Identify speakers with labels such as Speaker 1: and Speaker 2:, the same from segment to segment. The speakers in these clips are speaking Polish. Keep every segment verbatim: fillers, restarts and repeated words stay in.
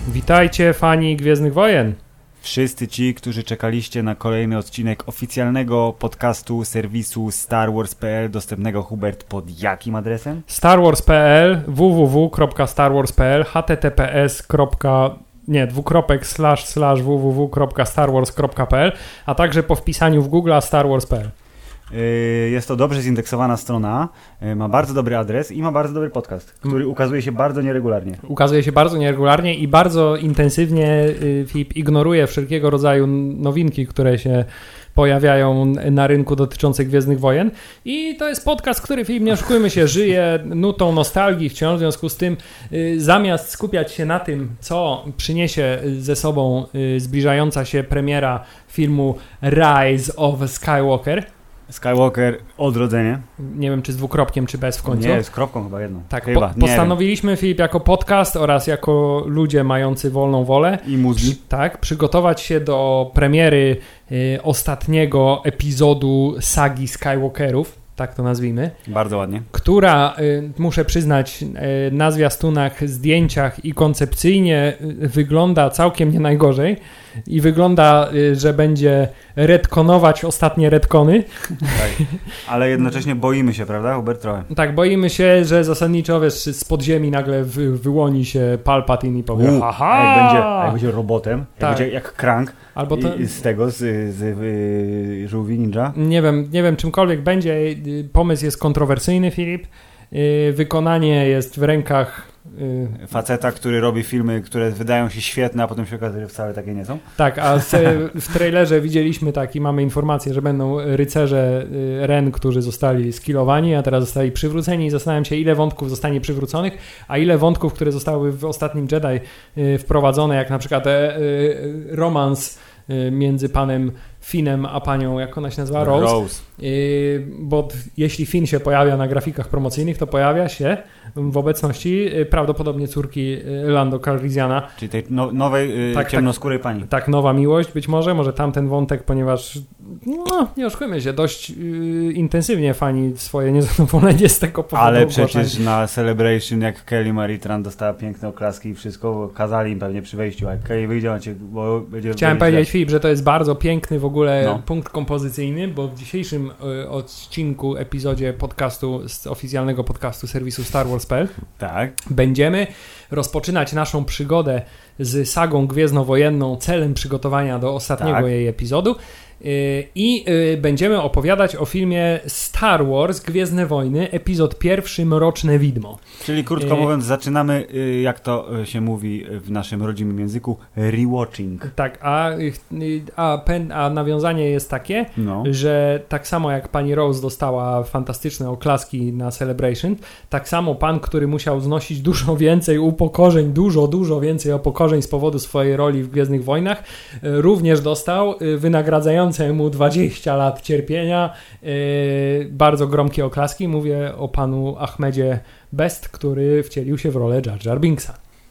Speaker 1: Witajcie fani Gwiezdnych Wojen.
Speaker 2: Wszyscy ci, którzy czekaliście na kolejny odcinek oficjalnego podcastu serwisu Star Wars kropka p l, dostępnego, Hubert, pod jakim adresem?
Speaker 1: Star Wars kropka p l, w w w kropka star wars kropka p l, h t t p s. nie, dwukropek slash slash w w w kropka star wars kropka p l, a także po wpisaniu w Google Star Wars kropka p l.
Speaker 2: Jest to dobrze zindeksowana strona, ma bardzo dobry adres i ma bardzo dobry podcast, który ukazuje się bardzo nieregularnie.
Speaker 1: Ukazuje się bardzo nieregularnie i bardzo intensywnie Filip ignoruje wszelkiego rodzaju nowinki, które się pojawiają na rynku dotyczące Gwiezdnych Wojen. I to jest podcast, który, Filip, nie oszukujmy się, żyje nutą nostalgii wciąż. W związku z tym zamiast skupiać się na tym, co przyniesie ze sobą zbliżająca się premiera filmu Rise of Skywalker,
Speaker 2: Skywalker Odrodzenie.
Speaker 1: Nie wiem, czy z dwukropkiem, czy bez w końcu.
Speaker 2: Nie, z kropką chyba jedną.
Speaker 1: Tak,
Speaker 2: chyba.
Speaker 1: Po, postanowiliśmy, wiem. Filip, jako podcast oraz jako ludzie mający wolną wolę
Speaker 2: i mózgi,
Speaker 1: przy, tak, przygotować się do premiery y, ostatniego epizodu sagi Skywalkerów, tak to nazwijmy.
Speaker 2: Bardzo ładnie.
Speaker 1: Która, y, muszę przyznać, y, na zwiastunach, zdjęciach i koncepcyjnie y, wygląda całkiem nie najgorzej. I wygląda, y, że będzie retkonować ostatnie retkony.
Speaker 2: Tak. Ale jednocześnie boimy się, prawda, Hubert, trochę?
Speaker 1: Tak, boimy się, że zasadniczo wiesz, z podziemi nagle wy, wyłoni się Palpatine i powie
Speaker 2: U,
Speaker 1: haha!
Speaker 2: A jak będzie, a jak będzie robotem, jak
Speaker 1: tak.
Speaker 2: będzie jak Krang,
Speaker 1: albo to,
Speaker 2: i, z tego, z, z, z y, żółwi ninja.
Speaker 1: Nie wiem, nie wiem czymkolwiek będzie. Pomysł jest kontrowersyjny, Filip. Wykonanie jest w rękach
Speaker 2: faceta, który robi filmy, które wydają się świetne, a potem się okazuje, że wcale takie nie są.
Speaker 1: Tak, a w trailerze widzieliśmy tak i mamy informację, że będą rycerze Ren, którzy zostali skillowani, a teraz zostali przywróceni i zastanawiam się, ile wątków zostanie przywróconych, a ile wątków, które zostały w ostatnim Jedi wprowadzone, jak na przykład romans między panem Finnem a panią, jak ona się nazywa? Rose.
Speaker 2: Rose.
Speaker 1: Yy, bo jeśli Finn się pojawia na grafikach promocyjnych, to pojawia się w obecności yy, prawdopodobnie córki yy, Lando Calrissiana.
Speaker 2: Czyli tej no, nowej, yy,
Speaker 1: tak,
Speaker 2: ciemnoskórej
Speaker 1: tak,
Speaker 2: pani.
Speaker 1: Tak, nowa miłość być może, może tamten wątek, ponieważ no, nie oszukujmy się, dość yy, intensywnie fani swoje niezadowolenie z tego powodu.
Speaker 2: Ale przecież na Celebration, jak Kelly Marie Tran dostała piękne oklaski i wszystko, kazali im pewnie przy wejściu, a jak Kelly wyjdzie, macie, bo będzie...
Speaker 1: Chciałem
Speaker 2: będzie
Speaker 1: powiedzieć, Filip, że to jest bardzo piękny w ogóle
Speaker 2: no.
Speaker 1: punkt kompozycyjny, bo w dzisiejszym y, odcinku, epizodzie podcastu, z oficjalnego podcastu serwisu Star Wars kropka p l
Speaker 2: tak.
Speaker 1: będziemy rozpoczynać naszą przygodę z sagą gwiezdnowojenną celem przygotowania do ostatniego tak. jej epizodu. I będziemy opowiadać o filmie Star Wars Gwiezdne Wojny, epizod pierwszy Mroczne Widmo.
Speaker 2: Czyli krótko mówiąc, zaczynamy, jak to się mówi w naszym rodzimym języku, rewatching.
Speaker 1: Tak, a, a, pen, a nawiązanie jest takie,
Speaker 2: no.
Speaker 1: że tak samo jak pani Rose dostała fantastyczne oklaski na Celebration, tak samo pan, który musiał znosić dużo więcej upokorzeń, dużo, dużo więcej upokorzeń z powodu swojej roli w Gwiezdnych Wojnach, również dostał wynagradzające mu dwadzieścia lat cierpienia, yy, bardzo gromkie oklaski. Mówię o panu Ahmedzie Best, który wcielił się w rolę Jar Jar Binksa.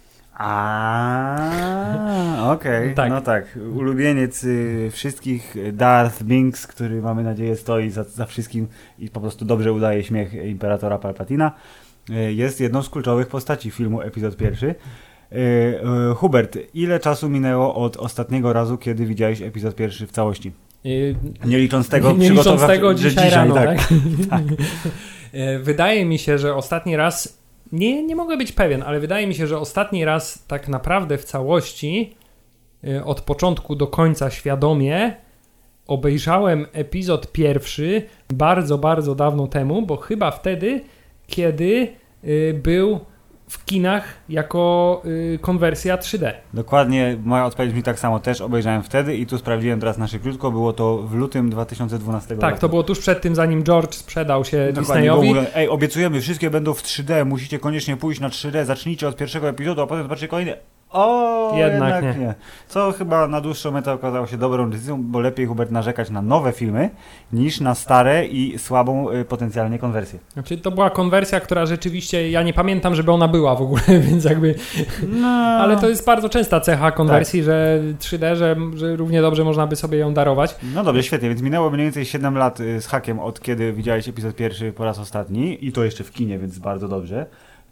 Speaker 2: A, okej, okay.
Speaker 1: tak.
Speaker 2: No tak, ulubieniec y, wszystkich, Darth Binks, który mamy nadzieję stoi za, za wszystkim i po prostu dobrze udaje śmiech Imperatora Palpatina, y, jest jedną z kluczowych postaci filmu epizod pierwszy. Y, y, Hubert, ile czasu minęło od ostatniego razu, kiedy widziałeś epizod pierwszy w całości? Nie licząc tego,
Speaker 1: nie licząc tego
Speaker 2: że
Speaker 1: dzisiaj,
Speaker 2: dzisiaj
Speaker 1: rano, tak?
Speaker 2: tak? tak.
Speaker 1: Wydaje mi się, że ostatni raz, nie, nie mogę być pewien, ale wydaje mi się, że ostatni raz tak naprawdę w całości, od początku do końca świadomie, obejrzałem epizod pierwszy bardzo, bardzo dawno temu, bo chyba wtedy, kiedy był w kinach jako y, konwersja trzy D.
Speaker 2: Dokładnie, moja odpowiedź mi tak samo, też obejrzałem wtedy i tu sprawdziłem teraz na szybciutko, było to w lutym dwa tysiące dwunastego
Speaker 1: tak,
Speaker 2: roku.
Speaker 1: to było tuż przed tym, zanim George sprzedał się
Speaker 2: Dokładnie,
Speaker 1: Disneyowi.
Speaker 2: Mówię, ej, obiecujemy, wszystkie będą w trzy D, musicie koniecznie pójść na trzy D, zacznijcie od pierwszego epizodu, a potem zobaczycie kolejny. O,
Speaker 1: jednak,
Speaker 2: jednak
Speaker 1: nie.
Speaker 2: nie. Co chyba na dłuższą metę okazało się dobrą decyzją, bo lepiej, Hubert, narzekać na nowe filmy niż na stare i słabą y, potencjalnie konwersję.
Speaker 1: Znaczy to była konwersja, która rzeczywiście, ja nie pamiętam, żeby ona była w ogóle, więc jakby...
Speaker 2: No.
Speaker 1: Ale to jest bardzo częsta cecha konwersji,
Speaker 2: tak.
Speaker 1: że trzy D, że, że równie dobrze można by sobie ją darować.
Speaker 2: No dobrze, świetnie, więc minęło mniej więcej siedem lat y, z hakiem od kiedy widziałeś epizod pierwszy po raz ostatni i to jeszcze w kinie, więc bardzo dobrze.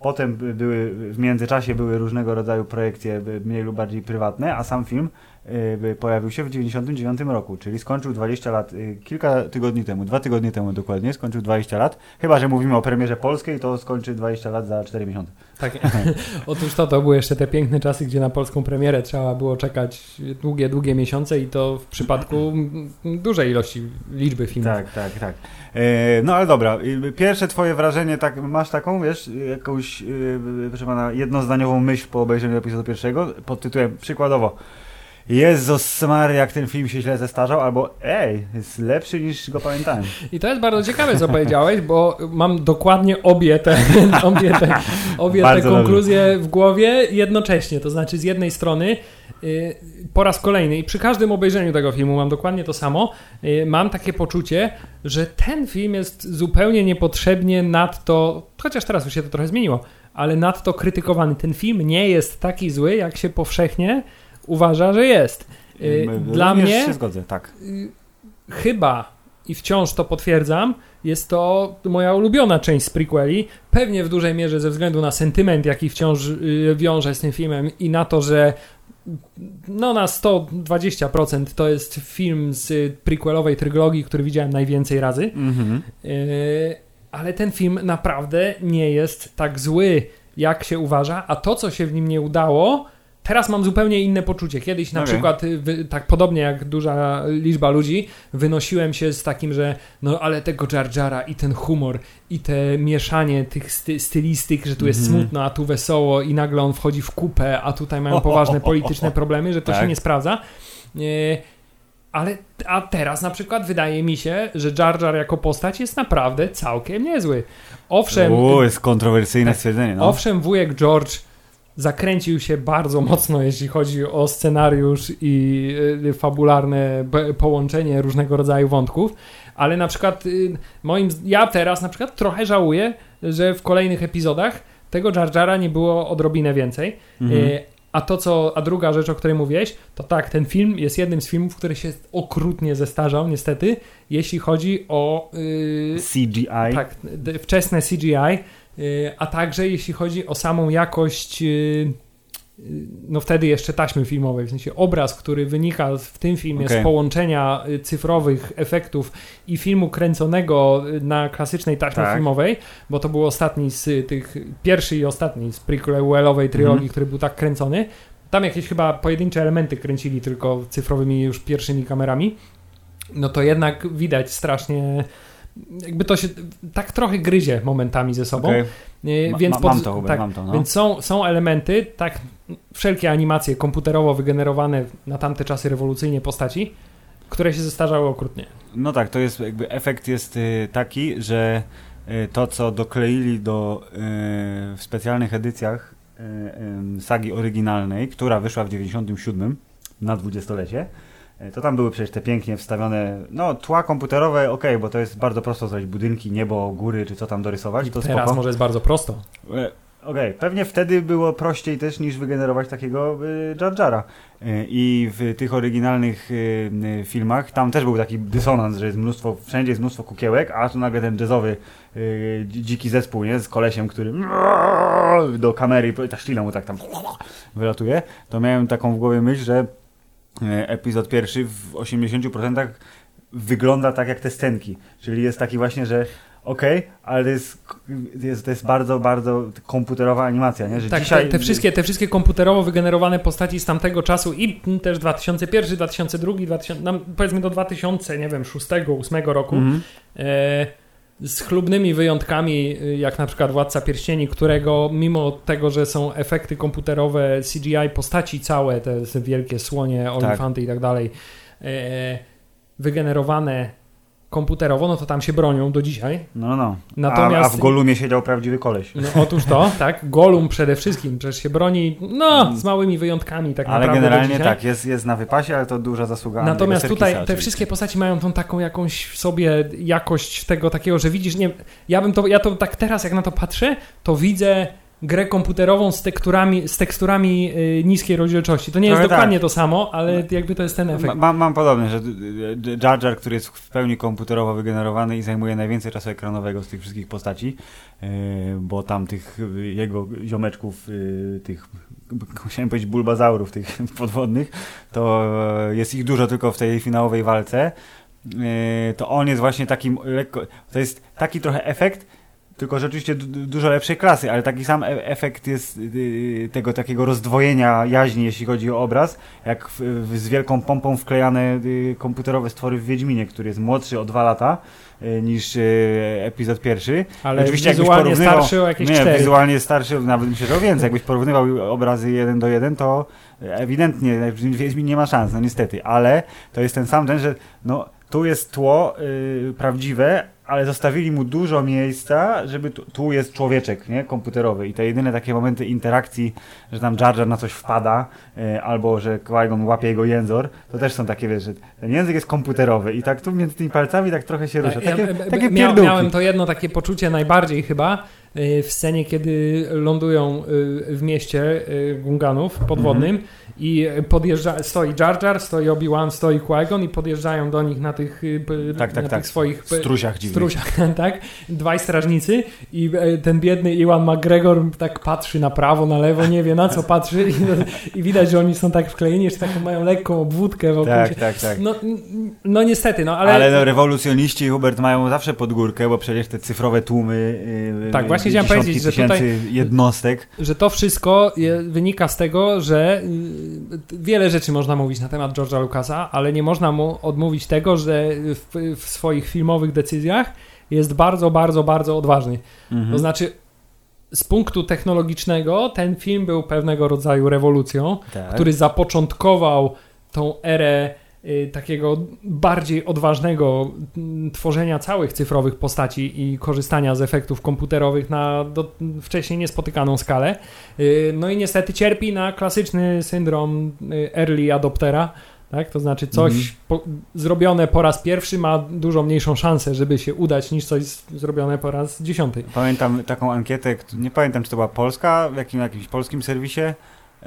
Speaker 2: Potem były, w międzyczasie były różnego rodzaju projekcje mniej lub bardziej prywatne, a sam film y, pojawił się w dziewięćdziesiątym dziewiątym roku, czyli skończył dwadzieścia lat, y, kilka tygodni temu, dwa tygodnie temu dokładnie, skończył dwadzieścia lat. Chyba że mówimy o premierze polskiej, to skończy dwadzieścia lat za cztery miesiące.
Speaker 1: Tak. Otóż to, to były jeszcze te piękne czasy, gdzie na polską premierę trzeba było czekać długie, długie miesiące i to w przypadku dużej ilości, liczby filmów.
Speaker 2: Tak, tak, tak. E, no ale dobra, pierwsze twoje wrażenie, tak, masz taką, wiesz, jakąś, e, proszę pana, jednozdaniową myśl po obejrzeniu epizodu pierwszego pod tytułem, przykładowo, Jezus Maria, jak ten film się źle zestarzał, albo ej, jest lepszy niż go pamiętałem.
Speaker 1: I to jest bardzo ciekawe, co powiedziałeś, bo mam dokładnie obie te, obie te, obie te konkluzje dobrze w głowie jednocześnie. To znaczy z jednej strony yy, po raz kolejny i przy każdym obejrzeniu tego filmu mam dokładnie to samo, yy, mam takie poczucie, że ten film jest zupełnie niepotrzebnie nadto, chociaż teraz już się to trochę zmieniło, ale nadto krytykowany. Ten film nie jest taki zły, jak się powszechnie uważa, że jest. Dla
Speaker 2: Również
Speaker 1: mnie
Speaker 2: się zgodzę, tak.
Speaker 1: Chyba i wciąż to potwierdzam, jest to moja ulubiona część z prequeli, pewnie w dużej mierze ze względu na sentyment, jaki wciąż wiąże z tym filmem i na to, że no na sto dwadzieścia procent to jest film z prequelowej trylogii, który widziałem najwięcej razy. Mm-hmm. Yy, ale ten film naprawdę nie jest tak zły, jak się uważa, a to, co się w nim nie udało, teraz mam zupełnie inne poczucie. Kiedyś na okay. przykład, wy, tak podobnie jak duża liczba ludzi, wynosiłem się z takim, że no ale tego Jar Jara i ten humor i te mieszanie tych sty, stylistyk, że tu jest mm-hmm. smutno, a tu wesoło i nagle on wchodzi w kupę, a tutaj mają poważne polityczne problemy, że to tak. się nie sprawdza. Nie, ale a teraz na przykład wydaje mi się, że Jar Jar jako postać jest naprawdę całkiem niezły. Owszem...
Speaker 2: O, jest kontrowersyjne tak, stwierdzenie. No.
Speaker 1: Owszem, wujek George zakręcił się bardzo mocno, jeśli chodzi o scenariusz i y, fabularne b- połączenie różnego rodzaju wątków, ale na przykład y, moim, ja teraz na przykład trochę żałuję, że w kolejnych epizodach tego Jar Jara nie było odrobinę więcej. Mhm. Y, a to co, a druga rzecz, o której mówiłeś, to tak, ten film jest jednym z filmów, który się okrutnie zestarzał, niestety, jeśli chodzi o y,
Speaker 2: C G I.
Speaker 1: Tak, d- wczesne C G I, a także jeśli chodzi o samą jakość, no wtedy jeszcze taśmy filmowej, w sensie obraz, który wynika w tym filmie okay. z połączenia cyfrowych efektów i filmu kręconego na klasycznej taśmie tak. filmowej, bo to był ostatni z tych, pierwszy i ostatni z prequelowej trylogii, mm-hmm. który był tak kręcony. Tam jakieś chyba pojedyncze elementy kręcili tylko cyfrowymi już pierwszymi kamerami. No to jednak widać strasznie... jakby to się tak trochę gryzie momentami ze sobą. Okay. Ma, więc,
Speaker 2: ma, mam to, Hubert,
Speaker 1: tak,
Speaker 2: mam to, no.
Speaker 1: więc są, są elementy, tak, wszelkie animacje komputerowo wygenerowane na tamte czasy rewolucyjnie postaci, które się zestarzały okrutnie.
Speaker 2: No tak, to jest jakby efekt jest y, taki, że y, to co dokleili do y, w specjalnych edycjach y, y, sagi oryginalnej, która wyszła w dziewięćdziesiątym siódmym na dwudziestolecie, to tam były przecież te pięknie wstawione, no tła komputerowe, okej, okay, bo to jest bardzo prosto zrobić budynki, niebo, góry, czy co tam dorysować. To
Speaker 1: teraz spoko. Może jest bardzo prosto.
Speaker 2: Okej, okay. Pewnie wtedy było prościej też niż wygenerować takiego y, Jar Jara. Y, I w tych oryginalnych y, y, filmach tam też był taki dysonans, że jest mnóstwo, wszędzie jest mnóstwo kukiełek, a tu nagle ten jazzowy y, dziki zespół, nie, z kolesiem, który do kamery, ta ślina mu tak tam wylatuje. To miałem taką w głowie myśl, że epizod pierwszy w osiemdziesięciu procentach wygląda tak jak te scenki, czyli jest taki właśnie, że okej, okay, ale to jest, jest, to jest bardzo, bardzo komputerowa animacja, nie? Że
Speaker 1: tak,
Speaker 2: dzisiaj...
Speaker 1: te, te, wszystkie, te wszystkie komputerowo wygenerowane postaci z tamtego czasu i też dwa tysiące pierwszy, dwa tysiące drugi, dwa tysiące, no, powiedzmy do dwa tysiące, nie wiem, szóstego, ósmego roku, mm-hmm. e, z chlubnymi wyjątkami, jak na przykład Władca Pierścieni, którego mimo tego, że są efekty komputerowe, C G I, postaci całe, te wielkie słonie, olifanty tak. i tak dalej, e, wygenerowane komputerowo, no to tam się bronią do dzisiaj.
Speaker 2: No, no.
Speaker 1: Natomiast,
Speaker 2: a, a w Golumie siedział prawdziwy koleś.
Speaker 1: No otóż to, tak. Golum przede wszystkim, przecież się broni, no, z małymi wyjątkami tak
Speaker 2: ale
Speaker 1: naprawdę. Ale
Speaker 2: generalnie tak, jest, jest na wypasie, ale to duża zasługa.
Speaker 1: Natomiast tutaj te
Speaker 2: oczywiście.
Speaker 1: wszystkie postaci mają tą taką jakąś w sobie jakość tego takiego, że widzisz, nie, ja bym to, ja to tak teraz jak na to patrzę, to widzę grę komputerową z teksturami, z teksturami yy, niskiej rozdzielczości. To nie jest
Speaker 2: Trochę
Speaker 1: dokładnie
Speaker 2: tak.
Speaker 1: to samo, ale jakby to jest ten efekt.
Speaker 2: Ma, mam, mam podobne, że Jar Jar, który jest w pełni komputerowo wygenerowany i zajmuje najwięcej czasu ekranowego z tych wszystkich postaci, yy, bo tam tych yy, jego ziomeczków, yy, tych, chciałem powiedzieć bulbazaurów, tych podwodnych, to yy, jest ich dużo tylko w tej finałowej walce. Yy, to on jest właśnie takim lekko, to jest taki trochę efekt, tylko rzeczywiście du- dużo lepszej klasy, ale taki sam e- efekt jest yy, tego takiego rozdwojenia jaźni, jeśli chodzi o obraz, jak w, w, z wielką pompą wklejane yy, komputerowe stwory w Wiedźminie, który jest młodszy o dwa lata yy, niż yy, epizod pierwszy.
Speaker 1: Ale
Speaker 2: oczywiście
Speaker 1: wizualnie starszy o jakieś
Speaker 2: nie,
Speaker 1: cztery.
Speaker 2: wizualnie starszy, nawet myślę, że o więcej. Jakbyś porównywał obrazy jeden do jeden, to ewidentnie Wiedźmin nie ma szans, no niestety, ale to jest ten sam ten, że no, tu jest tło yy, prawdziwe, ale zostawili mu dużo miejsca, żeby tu, tu jest człowieczek, nie, komputerowy i te jedyne takie momenty interakcji, że tam Jar Jar na coś wpada, yy, albo że Qui-Gon łapie jego jęzor, to też są takie, wiesz, że ten język jest komputerowy i tak tu między tymi palcami tak trochę się rusza. Takie,
Speaker 1: ja,
Speaker 2: takie
Speaker 1: mia,
Speaker 2: pierdółki.
Speaker 1: Miałem to jedno takie poczucie najbardziej chyba yy, w scenie, kiedy lądują yy, w mieście yy, Gunganów podwodnym mm-hmm. i podjeżdża, stoi Jar Jar, stoi Obi-Wan, stoi Qui-Gon i podjeżdżają do nich na tych, yy,
Speaker 2: tak, tak,
Speaker 1: na
Speaker 2: tak.
Speaker 1: tych swoich
Speaker 2: strusiach dziwnych.
Speaker 1: Strusiach, tak? Dwaj strażnicy i ten biedny Ewan McGregor tak patrzy na prawo, na lewo, nie wie na co patrzy i, i widać, że oni są tak wklejeni, że taką mają lekką obwódkę wokół
Speaker 2: tak,
Speaker 1: się.
Speaker 2: tak, tak.
Speaker 1: No, no niestety, no ale...
Speaker 2: Ale no, rewolucjoniści, Hubert, mają zawsze pod górkę, bo przecież te cyfrowe tłumy, yy,
Speaker 1: tak, właśnie chciałem powiedzieć, że tutaj
Speaker 2: jednostek.
Speaker 1: Że to wszystko je, wynika z tego, że yy, wiele rzeczy można mówić na temat George'a Lucasa, ale nie można mu odmówić tego, że w, w swoich filmowych decyzjach jest bardzo, bardzo, bardzo odważny. Mhm. To znaczy, z punktu technologicznego ten film był pewnego rodzaju rewolucją, tak. który zapoczątkował tą erę y, takiego bardziej odważnego y, tworzenia całych cyfrowych postaci i korzystania z efektów komputerowych na do, wcześniej niespotykaną skalę. Y, no i niestety cierpi na klasyczny syndrom y, early adoptera. Tak? To znaczy coś mm-hmm. po, zrobione po raz pierwszy ma dużo mniejszą szansę, żeby się udać, niż coś zrobione po raz dziesiąty.
Speaker 2: Pamiętam taką ankietę, nie pamiętam, czy to była polska, w jakim, jakimś polskim serwisie, yy,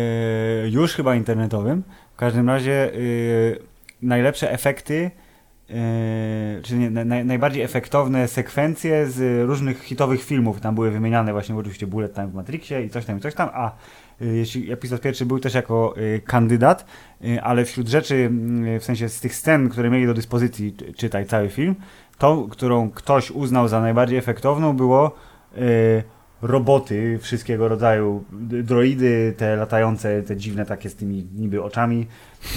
Speaker 2: już chyba internetowym. W każdym razie yy, najlepsze efekty, yy, czy nie, na, najbardziej efektowne sekwencje z różnych hitowych filmów. Tam były wymieniane właśnie oczywiście Bullet Time w Matrixie i coś tam, i coś tam, a jeśli epizod pierwszy był też jako y, kandydat, y, ale wśród rzeczy, y, w sensie z tych scen, które mieli do dyspozycji, czy, czytaj cały film, tą, którą ktoś uznał za najbardziej efektowną, było y, roboty wszystkiego rodzaju, droidy, te latające, te dziwne takie z tymi niby oczami.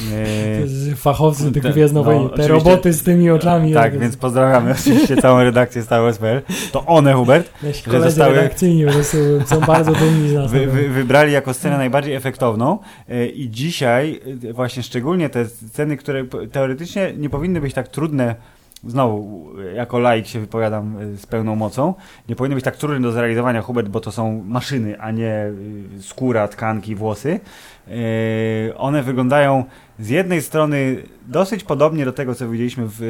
Speaker 1: Yy, Fachowcy tych Gwiezdnowojen, no, te roboty z tymi oczami.
Speaker 2: Tak, jak więc jest. Pozdrawiamy oczywiście całą redakcję Star Wars kropka p l. To one, Hubert,
Speaker 1: Nasi że zostały... redakcyjni po prostu są bardzo dumni z nas.
Speaker 2: Wy, wy, wybrali jako scenę najbardziej efektowną yy, i dzisiaj yy, właśnie szczególnie te sceny, które teoretycznie nie powinny być tak trudne. Znowu, jako laik się wypowiadam z pełną mocą. Nie powinny być tak trudne do zrealizowania, Hubert, bo to są maszyny, a nie skóra, tkanki, włosy. Yy, one wyglądają z jednej strony dosyć podobnie do tego, co widzieliśmy w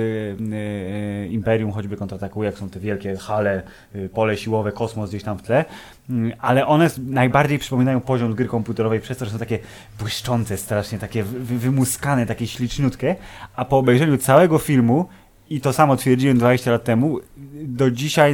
Speaker 2: yy, Imperium, choćby kontratakuje, jak są te wielkie hale, yy, pole siłowe, kosmos gdzieś tam w tle, yy, ale one najbardziej przypominają poziom gry komputerowej przez to, że są takie błyszczące, strasznie takie wy, wymuskane, takie śliczniutkie, a po obejrzeniu całego filmu i to samo twierdziłem dwadzieścia lat temu, do dzisiaj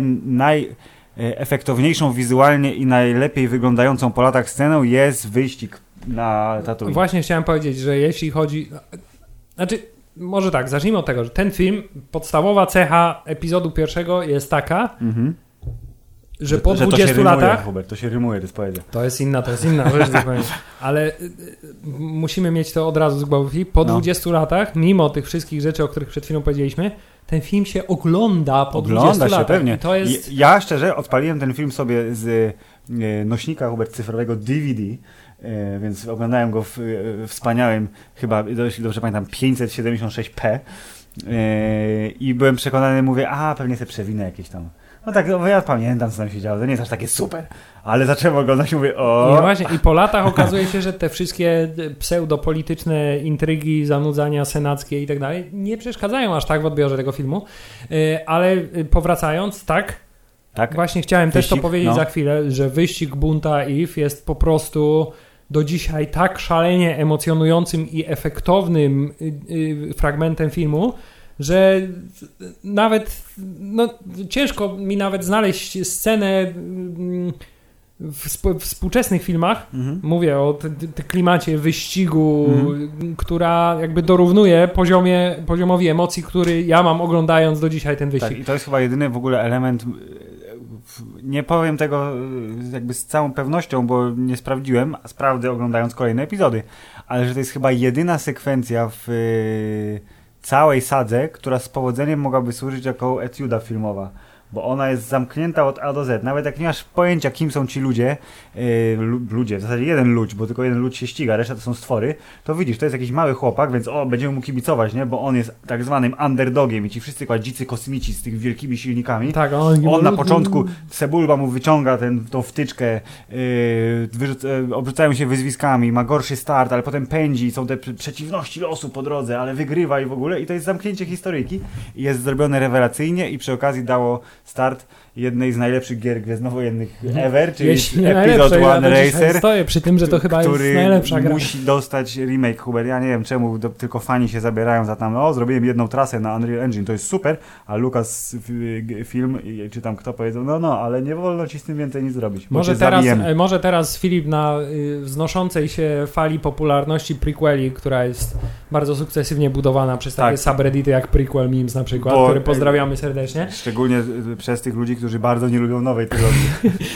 Speaker 2: najefektowniejszą wizualnie i najlepiej wyglądającą po latach sceną jest wyścig na Tatooine.
Speaker 1: Właśnie chciałem powiedzieć, że jeśli chodzi... Znaczy, może tak, zacznijmy od tego, że ten film, podstawowa cecha epizodu pierwszego jest taka, mhm. że, że po
Speaker 2: że
Speaker 1: dwudziestu
Speaker 2: to się
Speaker 1: latach...
Speaker 2: Rymuje, Hubert, to się rymuje, to jest poezja.
Speaker 1: To jest inna, to jest inna rzecz, ale y, musimy mieć to od razu z głowy. Po no. dwudziestu latach, mimo tych wszystkich rzeczy, o których przed chwilą powiedzieliśmy, ten film się ogląda po
Speaker 2: ogląda
Speaker 1: dwudziestu latach.
Speaker 2: Ogląda się, pewnie.
Speaker 1: To jest...
Speaker 2: Ja szczerze odpaliłem ten film sobie z nośnika, Hubert, cyfrowego D V D, więc oglądałem go w, w wspaniałym, chyba, jeśli dobrze pamiętam, pięćset siedemdziesiąt sześć p i byłem przekonany, mówię, a pewnie sobie przewinę jakieś tam. No tak, no, ja pamiętam, co tam się działo, to nie jest aż takie super, ale zacząłem oglądać i mówię, o...
Speaker 1: I właśnie, i po latach okazuje się, że te wszystkie pseudopolityczne intrygi, zanudzania senackie i tak dalej nie przeszkadzają aż tak w odbiorze tego filmu, ale powracając, tak,
Speaker 2: Tak?
Speaker 1: Właśnie chciałem
Speaker 2: Wyścig,
Speaker 1: też to powiedzieć
Speaker 2: no.
Speaker 1: za chwilę, że wyścig Bunta Eve jest po prostu do dzisiaj tak szalenie emocjonującym i efektownym y, y, fragmentem filmu, że nawet no, ciężko mi nawet znaleźć scenę y, w, sp- w współczesnych filmach, mhm. mówię o t- t- klimacie wyścigu, mhm. która jakby dorównuje poziomie, poziomowi emocji, który ja mam oglądając do dzisiaj ten wyścig.
Speaker 2: Tak, i to jest chyba jedyny w ogóle element, nie powiem tego jakby z całą pewnością, bo nie sprawdziłem, a sprawdzę oglądając kolejne epizody, ale że to jest chyba jedyna sekwencja w całej sadze, która z powodzeniem mogłaby służyć jako etiuda filmowa. Bo ona jest zamknięta od A do Z. Nawet jak nie masz pojęcia, kim są ci ludzie, yy, ludzie, w zasadzie jeden ludź, bo tylko jeden ludź się ściga, reszta to są stwory, to widzisz, to jest jakiś mały chłopak, więc o, będziemy mu kibicować, nie? Bo on jest tak zwanym underdogiem i ci wszyscy kładzicy kosmici z tych wielkimi silnikami. Tak, on, on na początku, Sebulba mu wyciąga ten, tą wtyczkę, yy, wyrzuc, yy, obrzucają się wyzwiskami, ma gorszy start, ale potem pędzi, są te przeciwności losu po drodze, ale wygrywa i w ogóle. I to jest zamknięcie historyjki i jest zrobione rewelacyjnie i przy okazji dało start jednej z najlepszych gier gwiezdnowojennych ever, czyli Episode One Racer.
Speaker 1: Stoję przy tym, że to chyba jest najlepsza gra.
Speaker 2: Musi dostać remake, Hubert. Ja nie wiem czemu, do, tylko fani się zabierają za tam, o, zrobiłem jedną trasę na Unreal Engine, to jest super, a Lucas film, czy tam kto powiedział, no no, ale nie wolno ci z tym więcej nic zrobić.
Speaker 1: Może teraz, może teraz Filip na y, wznoszącej się fali popularności prequeli, która jest bardzo sukcesywnie budowana przez takie tak. subreddity jak Prequel Memes na przykład, bo, które pozdrawiamy serdecznie.
Speaker 2: Szczególnie przez tych ludzi, którzy bardzo nie lubią nowej trylogii.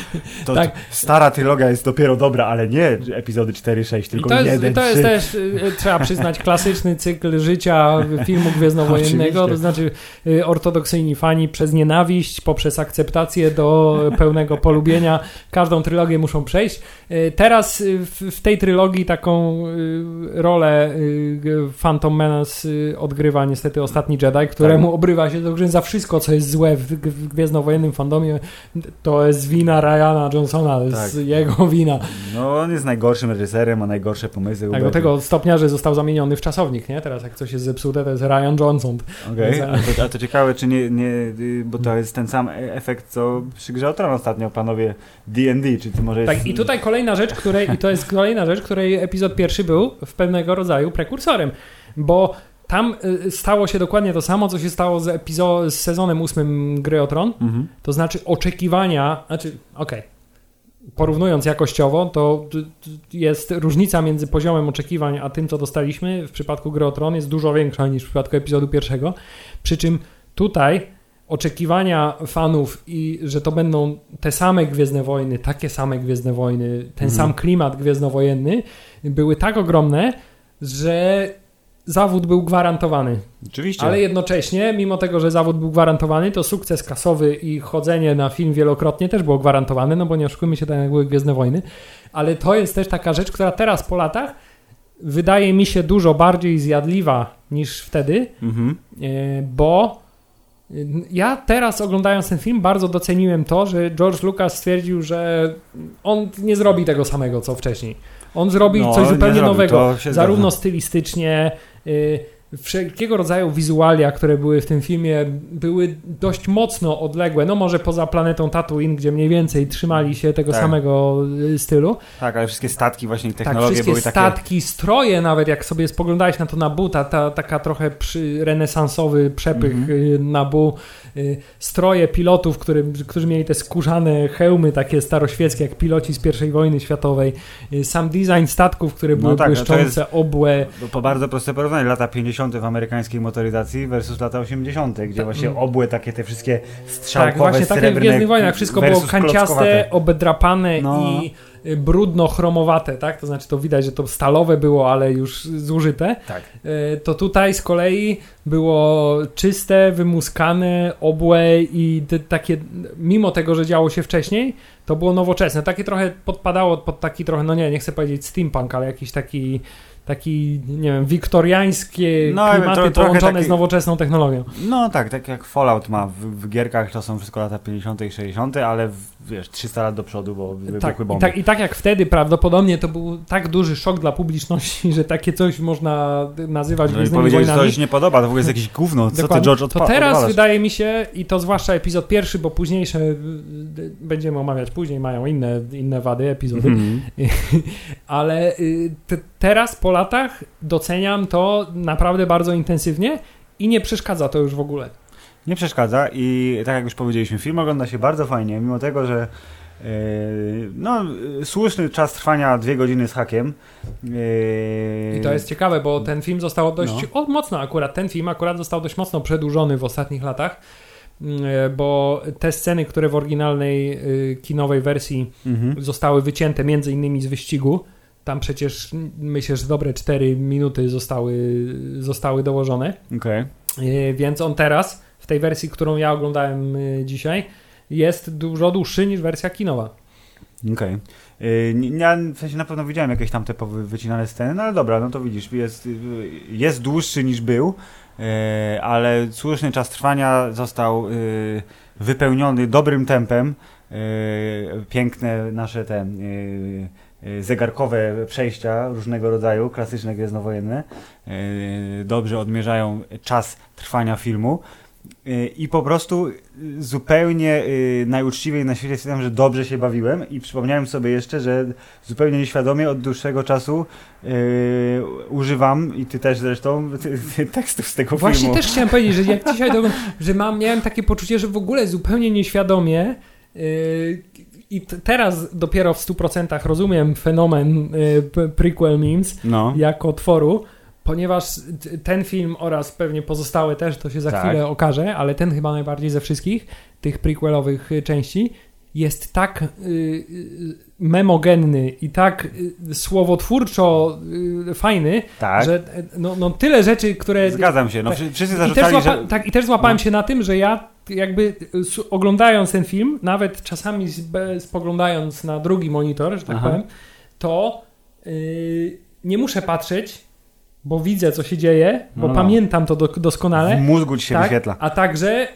Speaker 2: To tak. Stara trylogia jest dopiero dobra, ale nie epizody cztery sześć, tylko jeden
Speaker 1: trzy. To jest też, y, trzeba przyznać, klasyczny cykl życia filmu gwiezdnowojennego, to znaczy y, ortodoksyjni fani przez nienawiść, poprzez akceptację do pełnego polubienia każdą trylogię muszą przejść. Y, teraz y, w, w tej trylogii taką y, rolę y, Phantom Menace y, odgrywa niestety ostatni Jedi, któremu tak. obrywa się do gry za wszystko, co jest złe w, w gwiezdnowojennym fandomie. To jest wina Ryana Johnsona, to jest tak. jego wina.
Speaker 2: No on jest najgorszym reżyserem, ma najgorsze pomysły.
Speaker 1: Tak, do tego stopnia, że został zamieniony w czasownik, nie? Teraz jak coś jest zepsute, to jest Ryan Johnson.
Speaker 2: Okej, okay. a, a to ciekawe, czy nie, nie, bo to jest ten sam efekt, co przy Grze o Tron ostatnio, panowie D and D, czy to może jest...
Speaker 1: Tak, i tutaj kolejna rzecz, której, i to jest kolejna rzecz, której epizod pierwszy był w pewnego rodzaju prekursorem, bo tam stało się dokładnie to samo, co się stało z, epizo- z sezonem ósmym Gry o Tron. Mhm. To znaczy oczekiwania, znaczy, okej, okay. porównując jakościowo, to jest różnica między poziomem oczekiwań a tym, co dostaliśmy w przypadku Gry o Tron jest dużo większa niż w przypadku epizodu pierwszego. Przy czym tutaj oczekiwania fanów i że to będą te same Gwiezdne Wojny, takie same Gwiezdne Wojny, ten mhm. sam klimat gwiezdnowojenny były tak ogromne, że zawód był gwarantowany.
Speaker 2: Oczywiście.
Speaker 1: Ale jednocześnie, mimo tego, że zawód był gwarantowany, to sukces kasowy i chodzenie na film wielokrotnie też było gwarantowane, no bo nie oszukujmy się, tak jak były Gwiezdne Wojny. Ale to jest też taka rzecz, która teraz po latach wydaje mi się dużo bardziej zjadliwa niż wtedy, mhm. bo ja teraz oglądając ten film bardzo doceniłem to, że George Lucas stwierdził, że on nie zrobi tego samego, co wcześniej. On zrobi no, coś zupełnie nowego, zarówno stylistycznie, y, wszelkiego rodzaju wizualia, które były w tym filmie, były dość mocno odległe, no może poza planetą Tatooine, gdzie mniej więcej trzymali się tego tak. samego stylu.
Speaker 2: Tak, ale wszystkie statki właśnie, technologie
Speaker 1: tak,
Speaker 2: były
Speaker 1: takie...
Speaker 2: takie...
Speaker 1: statki, stroje nawet, jak sobie spoglądałeś na to Naboo, ta, ta taka trochę przy, renesansowy przepych mm-hmm. Naboo, stroje pilotów, który, którzy mieli te skórzane hełmy takie staroświeckie, jak piloci z pierwszej wojny światowej, sam design statków, które były no tak, błyszczące, no obłe.
Speaker 2: Po bardzo proste porównanie, lata pięćdziesiąte w amerykańskiej motoryzacji versus lata osiemdziesiąte, gdzie właśnie obłe takie te wszystkie strzałkowe,
Speaker 1: tak, właśnie
Speaker 2: srebrne,
Speaker 1: takie w Gwiezdnych Wojnach wszystko było kanciaste, obdrapane no. i brudno-chromowate, tak? To znaczy to widać, że to stalowe było, ale już zużyte.
Speaker 2: Tak.
Speaker 1: To tutaj z kolei było czyste, wymuskane, obłe i te, takie, mimo tego, że działo się wcześniej, to było nowoczesne. Takie trochę podpadało pod taki trochę, no nie, nie chcę powiedzieć steampunk, ale jakiś taki taki, nie wiem, wiktoriańskie no, klimaty to, połączone taki, z nowoczesną technologią.
Speaker 2: No tak, tak jak Fallout ma w, w gierkach, to są wszystko lata pięćdziesiąte i sześćdziesiąte, ale w, wiesz, trzysta lat do przodu, bo wybuchły
Speaker 1: tak,
Speaker 2: bomby.
Speaker 1: I tak, I tak jak wtedy prawdopodobnie to był tak duży szok dla publiczności, że takie coś można nazywać
Speaker 2: no
Speaker 1: Gwiezdnymi Wojnami.
Speaker 2: Że coś nie podoba, to w ogóle jest jakieś gówno, co
Speaker 1: Dokładnie.
Speaker 2: ty George odpa-
Speaker 1: To teraz
Speaker 2: odwalasz?
Speaker 1: wydaje mi się, i to zwłaszcza epizod pierwszy, bo późniejsze y, y, będziemy omawiać później, mają inne, inne wady epizody, mm. ale y, te, teraz po latach doceniam to naprawdę bardzo intensywnie i nie przeszkadza to już w ogóle.
Speaker 2: Nie przeszkadza i tak jak już powiedzieliśmy, film ogląda się bardzo fajnie, mimo tego, że yy, no, słuszny czas trwania dwie godziny z hakiem. Yy,
Speaker 1: I to jest ciekawe, bo ten film został dość
Speaker 2: no.
Speaker 1: o, mocno akurat, ten film akurat został dość mocno przedłużony w ostatnich latach, yy, bo te sceny, które w oryginalnej yy, kinowej wersji mhm. zostały wycięte między innymi z wyścigu, tam przecież myślę, że dobre cztery minuty zostały, zostały dołożone.
Speaker 2: Okay.
Speaker 1: Yy, więc on teraz, w tej wersji, którą ja oglądałem yy, dzisiaj, jest dużo dłuższy niż wersja kinowa.
Speaker 2: Okej. Okay. Ja w sensie na pewno widziałem jakieś tam te wycinane sceny, no ale dobra, no to widzisz, jest, jest dłuższy niż był, ale słuszny czas trwania został wypełniony dobrym tempem. Piękne nasze te zegarkowe przejścia różnego rodzaju, klasyczne gwiezdnowojenne, dobrze odmierzają czas trwania filmu. I po prostu zupełnie najuczciwiej na świecie stwierdzam, że dobrze się bawiłem i przypomniałem sobie jeszcze, że zupełnie nieświadomie od dłuższego czasu yy, używam, i ty też zresztą, tekstów z tego
Speaker 1: Właśnie
Speaker 2: filmu.
Speaker 1: Właśnie też chciałem powiedzieć, że jak dzisiaj to, że mam, miałem takie poczucie, że w ogóle zupełnie nieświadomie yy, i t- teraz dopiero w stu procentach rozumiem fenomen yy, prequel memes no. jako tworu, ponieważ ten film oraz pewnie pozostałe też, to się za tak. chwilę okaże, ale ten chyba najbardziej ze wszystkich tych prequelowych części jest tak y, memogenny i tak y, słowotwórczo y, fajny, tak. że no, no tyle rzeczy, które...
Speaker 2: Zgadzam się, no wszyscy zarzucali,
Speaker 1: i też złapa-
Speaker 2: że...
Speaker 1: Tak, i też złapałem
Speaker 2: no.
Speaker 1: się na tym, że ja jakby oglądając ten film, nawet czasami spoglądając na drugi monitor, że tak Aha. powiem, to y, nie muszę patrzeć, bo widzę, co się dzieje, bo no. pamiętam to do, doskonale.
Speaker 2: W mózgu ci się
Speaker 1: tak,
Speaker 2: wyświetla.
Speaker 1: A także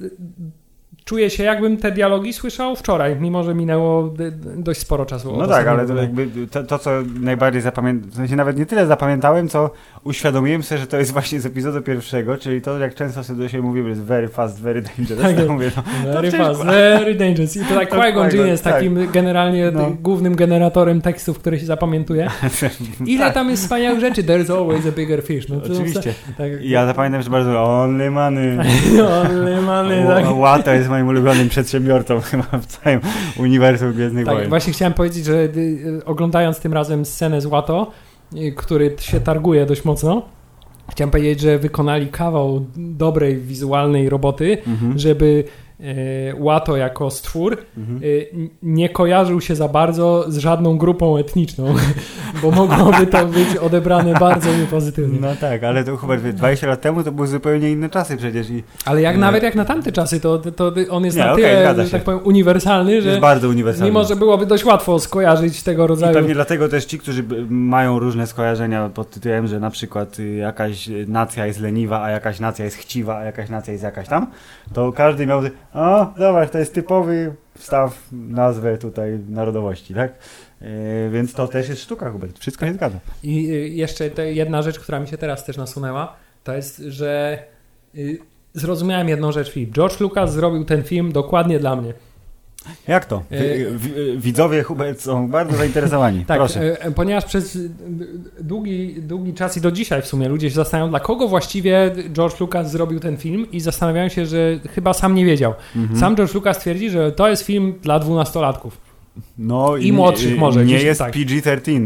Speaker 1: czuję się, jakbym te dialogi słyszał wczoraj, mimo że minęło dość sporo czasu.
Speaker 2: No tak, ale to, jakby to, to, co najbardziej zapamiętałem, w sensie nawet nie tyle zapamiętałem, co uświadomiłem sobie, że to jest właśnie z epizodu pierwszego, czyli to, jak często sobie do siebie mówimy, jest very fast, very dangerous.
Speaker 1: Tak
Speaker 2: tak mówię, no,
Speaker 1: very fast, very dangerous. I to tak Qui-Gon Jinn jest tak. takim generalnie no. głównym generatorem tekstów, który się zapamiętuje. Ile tak. tam jest wspaniałych rzeczy. There's always a bigger fish. No,
Speaker 2: oczywiście.
Speaker 1: Tak,
Speaker 2: ja zapamiętam, że bardzo only money.
Speaker 1: only money, tak.
Speaker 2: Łata jest moim ulubionym przedsiębiorcą chyba w całym uniwersum Gwiezdnych
Speaker 1: tak,
Speaker 2: Wojen.
Speaker 1: Właśnie chciałem powiedzieć, że y, oglądając tym razem scenę z Watto, y, który się targuje dość mocno, chciałem powiedzieć, że wykonali kawał dobrej wizualnej roboty, mhm. żeby y, Watto jako stwór mhm. y, nie kojarzył się za bardzo z żadną grupą etniczną, bo mogłoby to być odebrane bardzo niepozytywnie.
Speaker 2: No tak, ale to chyba dwadzieścia lat temu to były zupełnie inne czasy przecież. I,
Speaker 1: ale jak
Speaker 2: no.
Speaker 1: nawet jak na tamte czasy, to, to on jest
Speaker 2: nie,
Speaker 1: na
Speaker 2: okay,
Speaker 1: tyle, że tak powiem, uniwersalny, że
Speaker 2: jest bardzo uniwersalny.
Speaker 1: Mimo, że byłoby dość łatwo skojarzyć tego rodzaju...
Speaker 2: I pewnie dlatego też ci, którzy mają różne skojarzenia pod tytułem, że na przykład jakaś nacja jest leniwa, a jakaś nacja jest chciwa, a jakaś nacja jest jakaś tam, to każdy miał... O, dobra, to jest typowy wstaw, nazwę tutaj narodowości, tak? Yy, więc to też jest sztuka, Hubert. Wszystko się zgadza.
Speaker 1: I yy, jeszcze te jedna rzecz, która mi się teraz też nasunęła, to jest, że yy, zrozumiałem jedną rzecz, Filip. George Lucas zrobił ten film dokładnie dla mnie.
Speaker 2: Jak to? W, widzowie Hubert są bardzo zainteresowani.
Speaker 1: Tak,
Speaker 2: proszę.
Speaker 1: Ponieważ przez długi, długi czas i do dzisiaj w sumie ludzie się zastanawiają, dla kogo właściwie George Lucas zrobił ten film i zastanawiają się, że chyba sam nie wiedział. Mhm. Sam George Lucas twierdzi, że to jest film dla dwunastolatków.
Speaker 2: No,
Speaker 1: i młodszych może.
Speaker 2: Nie
Speaker 1: gdzieś,
Speaker 2: jest
Speaker 1: tak.
Speaker 2: P G trzynaście.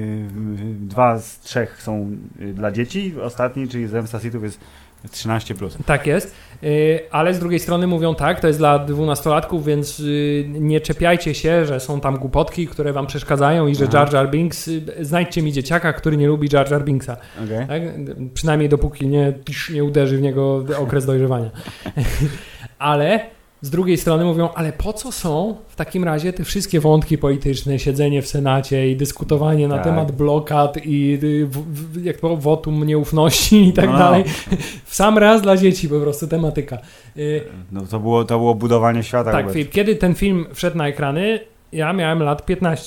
Speaker 2: Dwa z trzech są dla dzieci. Ostatni, czyli Zemsta Sithów, jest trzynaście plus.
Speaker 1: Tak jest, ale z drugiej strony mówią tak, to jest dla dwunastolatków, więc nie czepiajcie się, że są tam głupotki, które wam przeszkadzają i że Aha. Jar Jar Binks, znajdźcie mi dzieciaka, który nie lubi Jar Jar Binksa. Okay. Tak? Przynajmniej dopóki nie, nie uderzy w niego okres dojrzewania. Ale z drugiej strony mówią, ale po co są w takim razie te wszystkie wątki polityczne, siedzenie w Senacie i dyskutowanie na tak. temat blokad i w, w, jak to wotum nieufności i tak no. dalej. W sam raz dla dzieci po prostu tematyka.
Speaker 2: No to było, to było budowanie świata.
Speaker 1: Tak, Filip, kiedy ten film wszedł na ekrany, ja miałem lat piętnaście.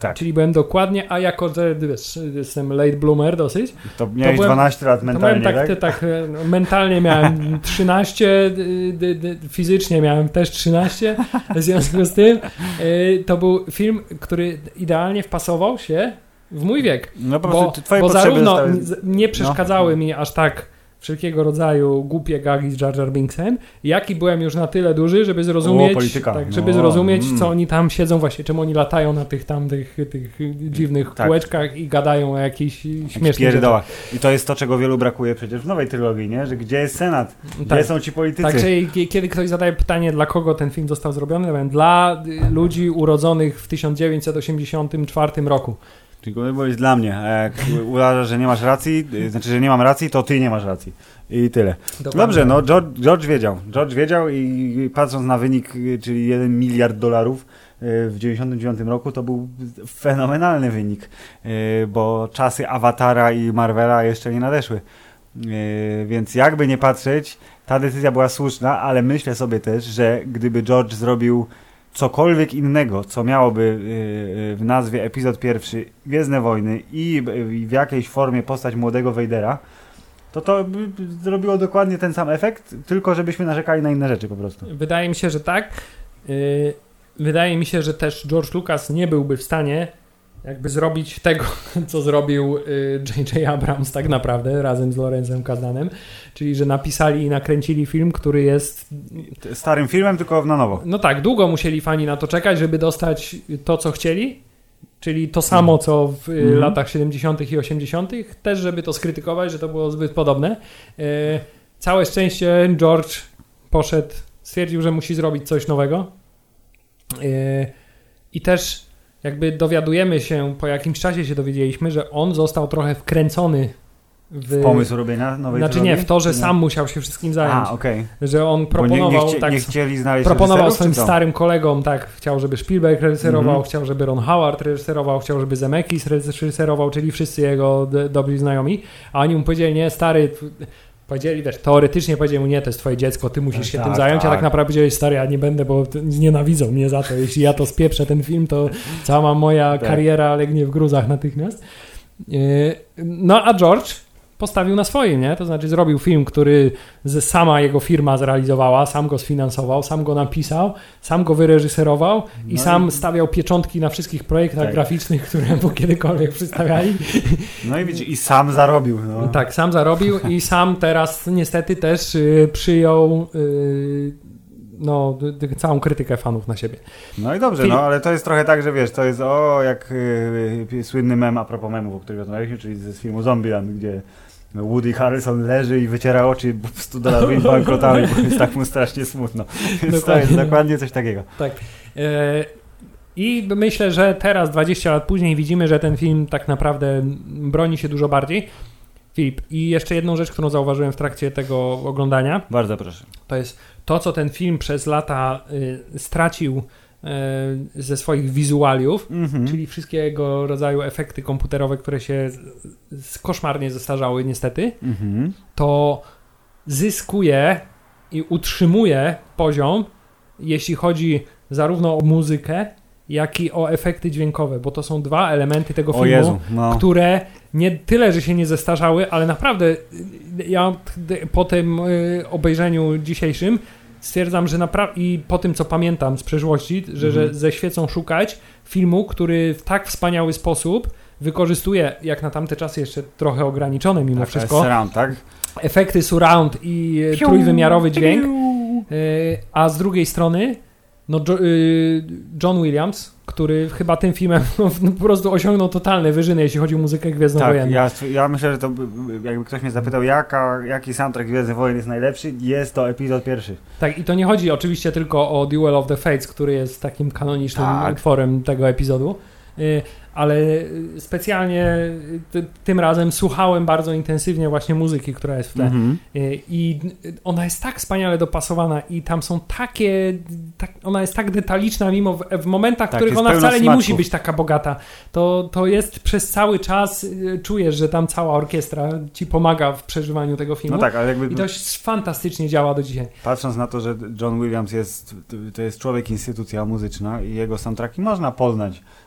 Speaker 2: Tak.
Speaker 1: Czyli byłem dokładnie, a jako, że wiesz, jestem late bloomer dosyć.
Speaker 2: To miałeś to byłem, dwanaście lat mentalnie,
Speaker 1: to tak,
Speaker 2: tak?
Speaker 1: tak? Mentalnie miałem trzynaście, d, d, fizycznie miałem też trzynaście, w związku z tym to był film, który idealnie wpasował się w mój wiek.
Speaker 2: No po
Speaker 1: bo,
Speaker 2: prostu twoje
Speaker 1: bo
Speaker 2: potrzeby
Speaker 1: zarówno
Speaker 2: zostały...
Speaker 1: nie przeszkadzały no. mi aż tak wszelkiego rodzaju głupie gagi z Jar Jar Binksem, jaki byłem już na tyle duży, żeby zrozumieć,
Speaker 2: o,
Speaker 1: tak, żeby
Speaker 2: no,
Speaker 1: zrozumieć,
Speaker 2: mm.
Speaker 1: co oni tam siedzą właśnie, czemu oni latają na tych tam tych, tych dziwnych tak. kółeczkach i gadają o jakichś śmiesznych
Speaker 2: pierdołach. I to jest to, czego wielu brakuje przecież w nowej trylogii, nie? Że gdzie jest Senat? Gdzie tak. są ci politycy?
Speaker 1: Tak, czyli kiedy ktoś zadaje pytanie, dla kogo ten film został zrobiony, ja powiem, dla ludzi urodzonych w tysiąc dziewięćset osiemdziesiątym czwartym roku.
Speaker 2: Czyli to jest dla mnie. A jak uważasz, że nie masz racji, znaczy, że nie mam racji, to ty nie masz racji. I tyle. Dokładnie. Dobrze, no George, George wiedział. George wiedział i patrząc na wynik, czyli jeden miliard dolarów w dziewięćdziesiątym dziewiątym roku, to był fenomenalny wynik, bo czasy Awatara i Marvela jeszcze nie nadeszły. Więc jakby nie patrzeć, ta decyzja była słuszna, ale myślę sobie też, że gdyby George zrobił cokolwiek innego, co miałoby w nazwie epizod pierwszy Gwiezdne Wojny i w jakiejś formie postać młodego Vadera, to to by zrobiło dokładnie ten sam efekt, tylko żebyśmy narzekali na inne rzeczy po prostu.
Speaker 1: Wydaje mi się, że tak. Wydaje mi się, że też George Lucas nie byłby w stanie jakby zrobić tego, co zrobił J J Abrams tak naprawdę razem z Lorenzem Kasdanem, czyli że napisali i nakręcili film, który jest
Speaker 2: starym filmem, tylko na nowo.
Speaker 1: No tak, długo musieli fani na to czekać, żeby dostać to, co chcieli, czyli to samo, co w mm. latach siedemdziesiątych i osiemdziesiątych, też żeby to skrytykować, że to było zbyt podobne. Całe szczęście George poszedł, stwierdził, że musi zrobić coś nowego i też jakby dowiadujemy się, po jakimś czasie się dowiedzieliśmy, że on został trochę wkręcony w,
Speaker 2: w pomysł robienia nowej
Speaker 1: Znaczy
Speaker 2: trylogii?
Speaker 1: nie, w to, że
Speaker 2: nie?
Speaker 1: sam musiał się wszystkim zająć.
Speaker 2: A, okej. Okay.
Speaker 1: Że on proponował,
Speaker 2: nie, nie, chcie,
Speaker 1: tak,
Speaker 2: nie chcieli znaleźć
Speaker 1: proponował swoim starym kolegom, tak, chciał, żeby Spielberg reżyserował, mm-hmm. chciał, żeby Ron Howard reżyserował, chciał, żeby Zemeckis reżyserował, czyli wszyscy jego d- dobrzy znajomi, a oni mu powiedzieli, nie, stary, powiedzieli, wiesz, teoretycznie powiedzieli mu, nie, to jest twoje dziecko, ty musisz się tak, tym zająć, tak. a tak naprawdę powiedzieli, stary, ja nie będę, bo znienawidzą mnie za to, jeśli ja to spieprzę ten film, to cała moja tak. kariera legnie w gruzach natychmiast. No a George postawił na swoim, nie? To znaczy zrobił film, który sama jego firma zrealizowała, sam go sfinansował, sam go napisał, sam go wyreżyserował i no sam i... stawiał pieczątki na wszystkich projektach tak. graficznych, które mu kiedykolwiek przedstawiali.
Speaker 2: No i widzisz, i sam zarobił. No.
Speaker 1: Tak, sam zarobił i sam teraz niestety też y, przyjął y, no, d- całą krytykę fanów na siebie.
Speaker 2: No i dobrze, Film... no ale to jest trochę tak, że wiesz, to jest o, jak y, y, słynny mem a propos memów, o których rozmawialiśmy, czyli z filmu Zombieland, gdzie Woody Harrelson leży i wyciera oczy stu dolarowymi bankrotami, bo jest tak mu strasznie smutno. Więc dokładnie. To jest dokładnie coś takiego.
Speaker 1: Tak. E, I myślę, że teraz, dwadzieścia lat później, widzimy, że ten film tak naprawdę broni się dużo bardziej. Filip, i jeszcze jedną rzecz, którą zauważyłem w trakcie tego oglądania.
Speaker 2: Bardzo proszę.
Speaker 1: To jest to, co ten film przez lata y, stracił y, ze swoich wizualiów, mm-hmm. czyli wszystkiego rodzaju efekty komputerowe, które się z, z koszmarnie zestarzały niestety, mm-hmm. to zyskuje i utrzymuje poziom, jeśli chodzi zarówno o muzykę, jak i o efekty dźwiękowe, bo to są dwa elementy tego filmu,
Speaker 2: Jezu, no.
Speaker 1: które nie tyle, że się nie zestarzały, ale naprawdę ja po tym obejrzeniu dzisiejszym stwierdzam, że naprawdę i po tym, co pamiętam z przeszłości, że, mhm. że ze świecą szukać filmu, który w tak wspaniały sposób wykorzystuje, jak na tamte czasy jeszcze trochę ograniczone mimo
Speaker 2: tak,
Speaker 1: wszystko,
Speaker 2: surround, tak?
Speaker 1: efekty surround i piu, trójwymiarowy dźwięk, piu. A z drugiej strony no, John Williams, który chyba tym filmem no, po prostu osiągnął totalne wyżyny, jeśli chodzi o muzykę Gwiezdnowojenną.
Speaker 2: Tak, ja, ja myślę, że to jakby ktoś mnie zapytał, jaka, jaki soundtrack Gwiezdnych Wojen jest najlepszy, jest to epizod pierwszy.
Speaker 1: Tak, i to nie chodzi oczywiście tylko o Duel of the Fates, który jest takim kanonicznym tak. utworem tego epizodu, ale specjalnie t- tym razem słuchałem bardzo intensywnie właśnie muzyki, która jest w tle. Mm-hmm. I ona jest tak wspaniale dopasowana i tam są takie, tak, ona jest tak detaliczna, mimo w, w momentach, w tak, których ona wcale smaczków. Nie musi być taka bogata. To, to jest przez cały czas, czujesz, że tam cała orkiestra ci pomaga w przeżywaniu tego filmu.
Speaker 2: No tak, ale jakby...
Speaker 1: I to fantastycznie działa do dzisiaj.
Speaker 2: Patrząc na to, że John Williams jest, to jest człowiek, instytucja muzyczna i jego soundtracki można poznać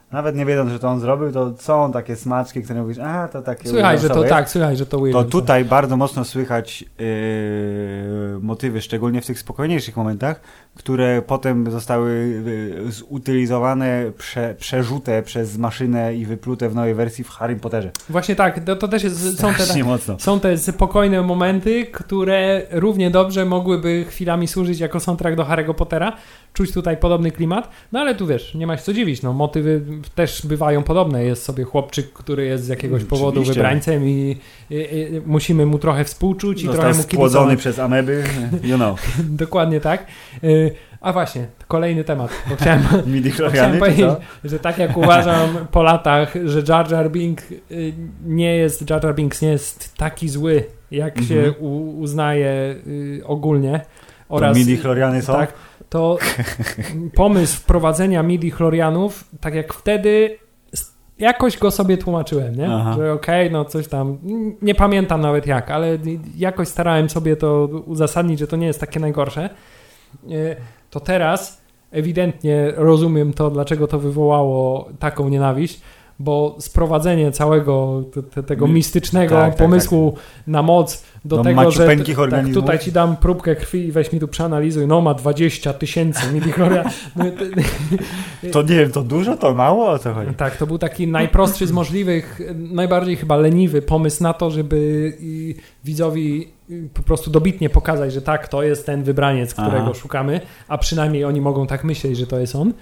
Speaker 2: nawet nie wiedząc, że to on zrobił, to są takie smaczki, które mówisz, a to takie...
Speaker 1: Słychać, że to
Speaker 2: jest.
Speaker 1: tak, słychać, że to Williams.
Speaker 2: To tutaj bardzo mocno słychać yy, motywy, szczególnie w tych spokojniejszych momentach, które potem zostały yy, zutylizowane, prze, przerzute przez maszynę i wyplute w nowej wersji w Harrym Potterze.
Speaker 1: Właśnie tak, to, to też jest, są, te,
Speaker 2: mocno.
Speaker 1: są te spokojne momenty, które równie dobrze mogłyby chwilami służyć jako soundtrack do Harry'ego Pottera. Czuć tutaj podobny klimat, no ale tu wiesz, nie ma się co dziwić, no motywy też bywają podobne. Jest sobie chłopczyk, który jest z jakiegoś powodu
Speaker 2: Oczywiście.
Speaker 1: wybrańcem i, i, i musimy mu trochę współczuć i
Speaker 2: Został
Speaker 1: trochę mu kibicować.
Speaker 2: spłodzony przez ameby, you know.
Speaker 1: Dokładnie tak. A właśnie, kolejny temat, bo chciałem, bo chciałem powiedzieć, że tak jak uważam po latach, że Jar Jar Binks nie jest, Jar Jar Binks nie jest taki zły, jak mm-hmm. się u, uznaje y, ogólnie. Oraz,
Speaker 2: to midi-chloriany są?
Speaker 1: Tak, to pomysł wprowadzenia midi-chlorianów, tak jak wtedy jakoś go sobie tłumaczyłem, nie? Aha. Że okej, okay, no coś tam, nie pamiętam nawet jak, ale jakoś starałem sobie to uzasadnić, że to nie jest takie najgorsze. To teraz ewidentnie rozumiem to, dlaczego to wywołało taką nienawiść, bo sprowadzenie całego te, tego mistycznego tak, pomysłu tak, tak. na moc do, do tego, że tak, tutaj ci dam próbkę krwi i weź mi tu przeanalizuj, no ma dwadzieścia tysięcy milikloria. No,
Speaker 2: to nie wiem, to dużo, to mało? O co chodzi?
Speaker 1: Tak, to był taki najprostszy z możliwych, najbardziej chyba leniwy pomysł na to, żeby widzowi po prostu dobitnie pokazać, że tak, to jest ten wybraniec, którego Aha. szukamy, a przynajmniej oni mogą tak myśleć, że to jest on.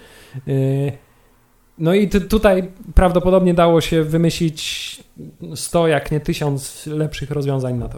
Speaker 1: No i t- tutaj prawdopodobnie dało się wymyślić sto, jak nie tysiąc lepszych rozwiązań na to.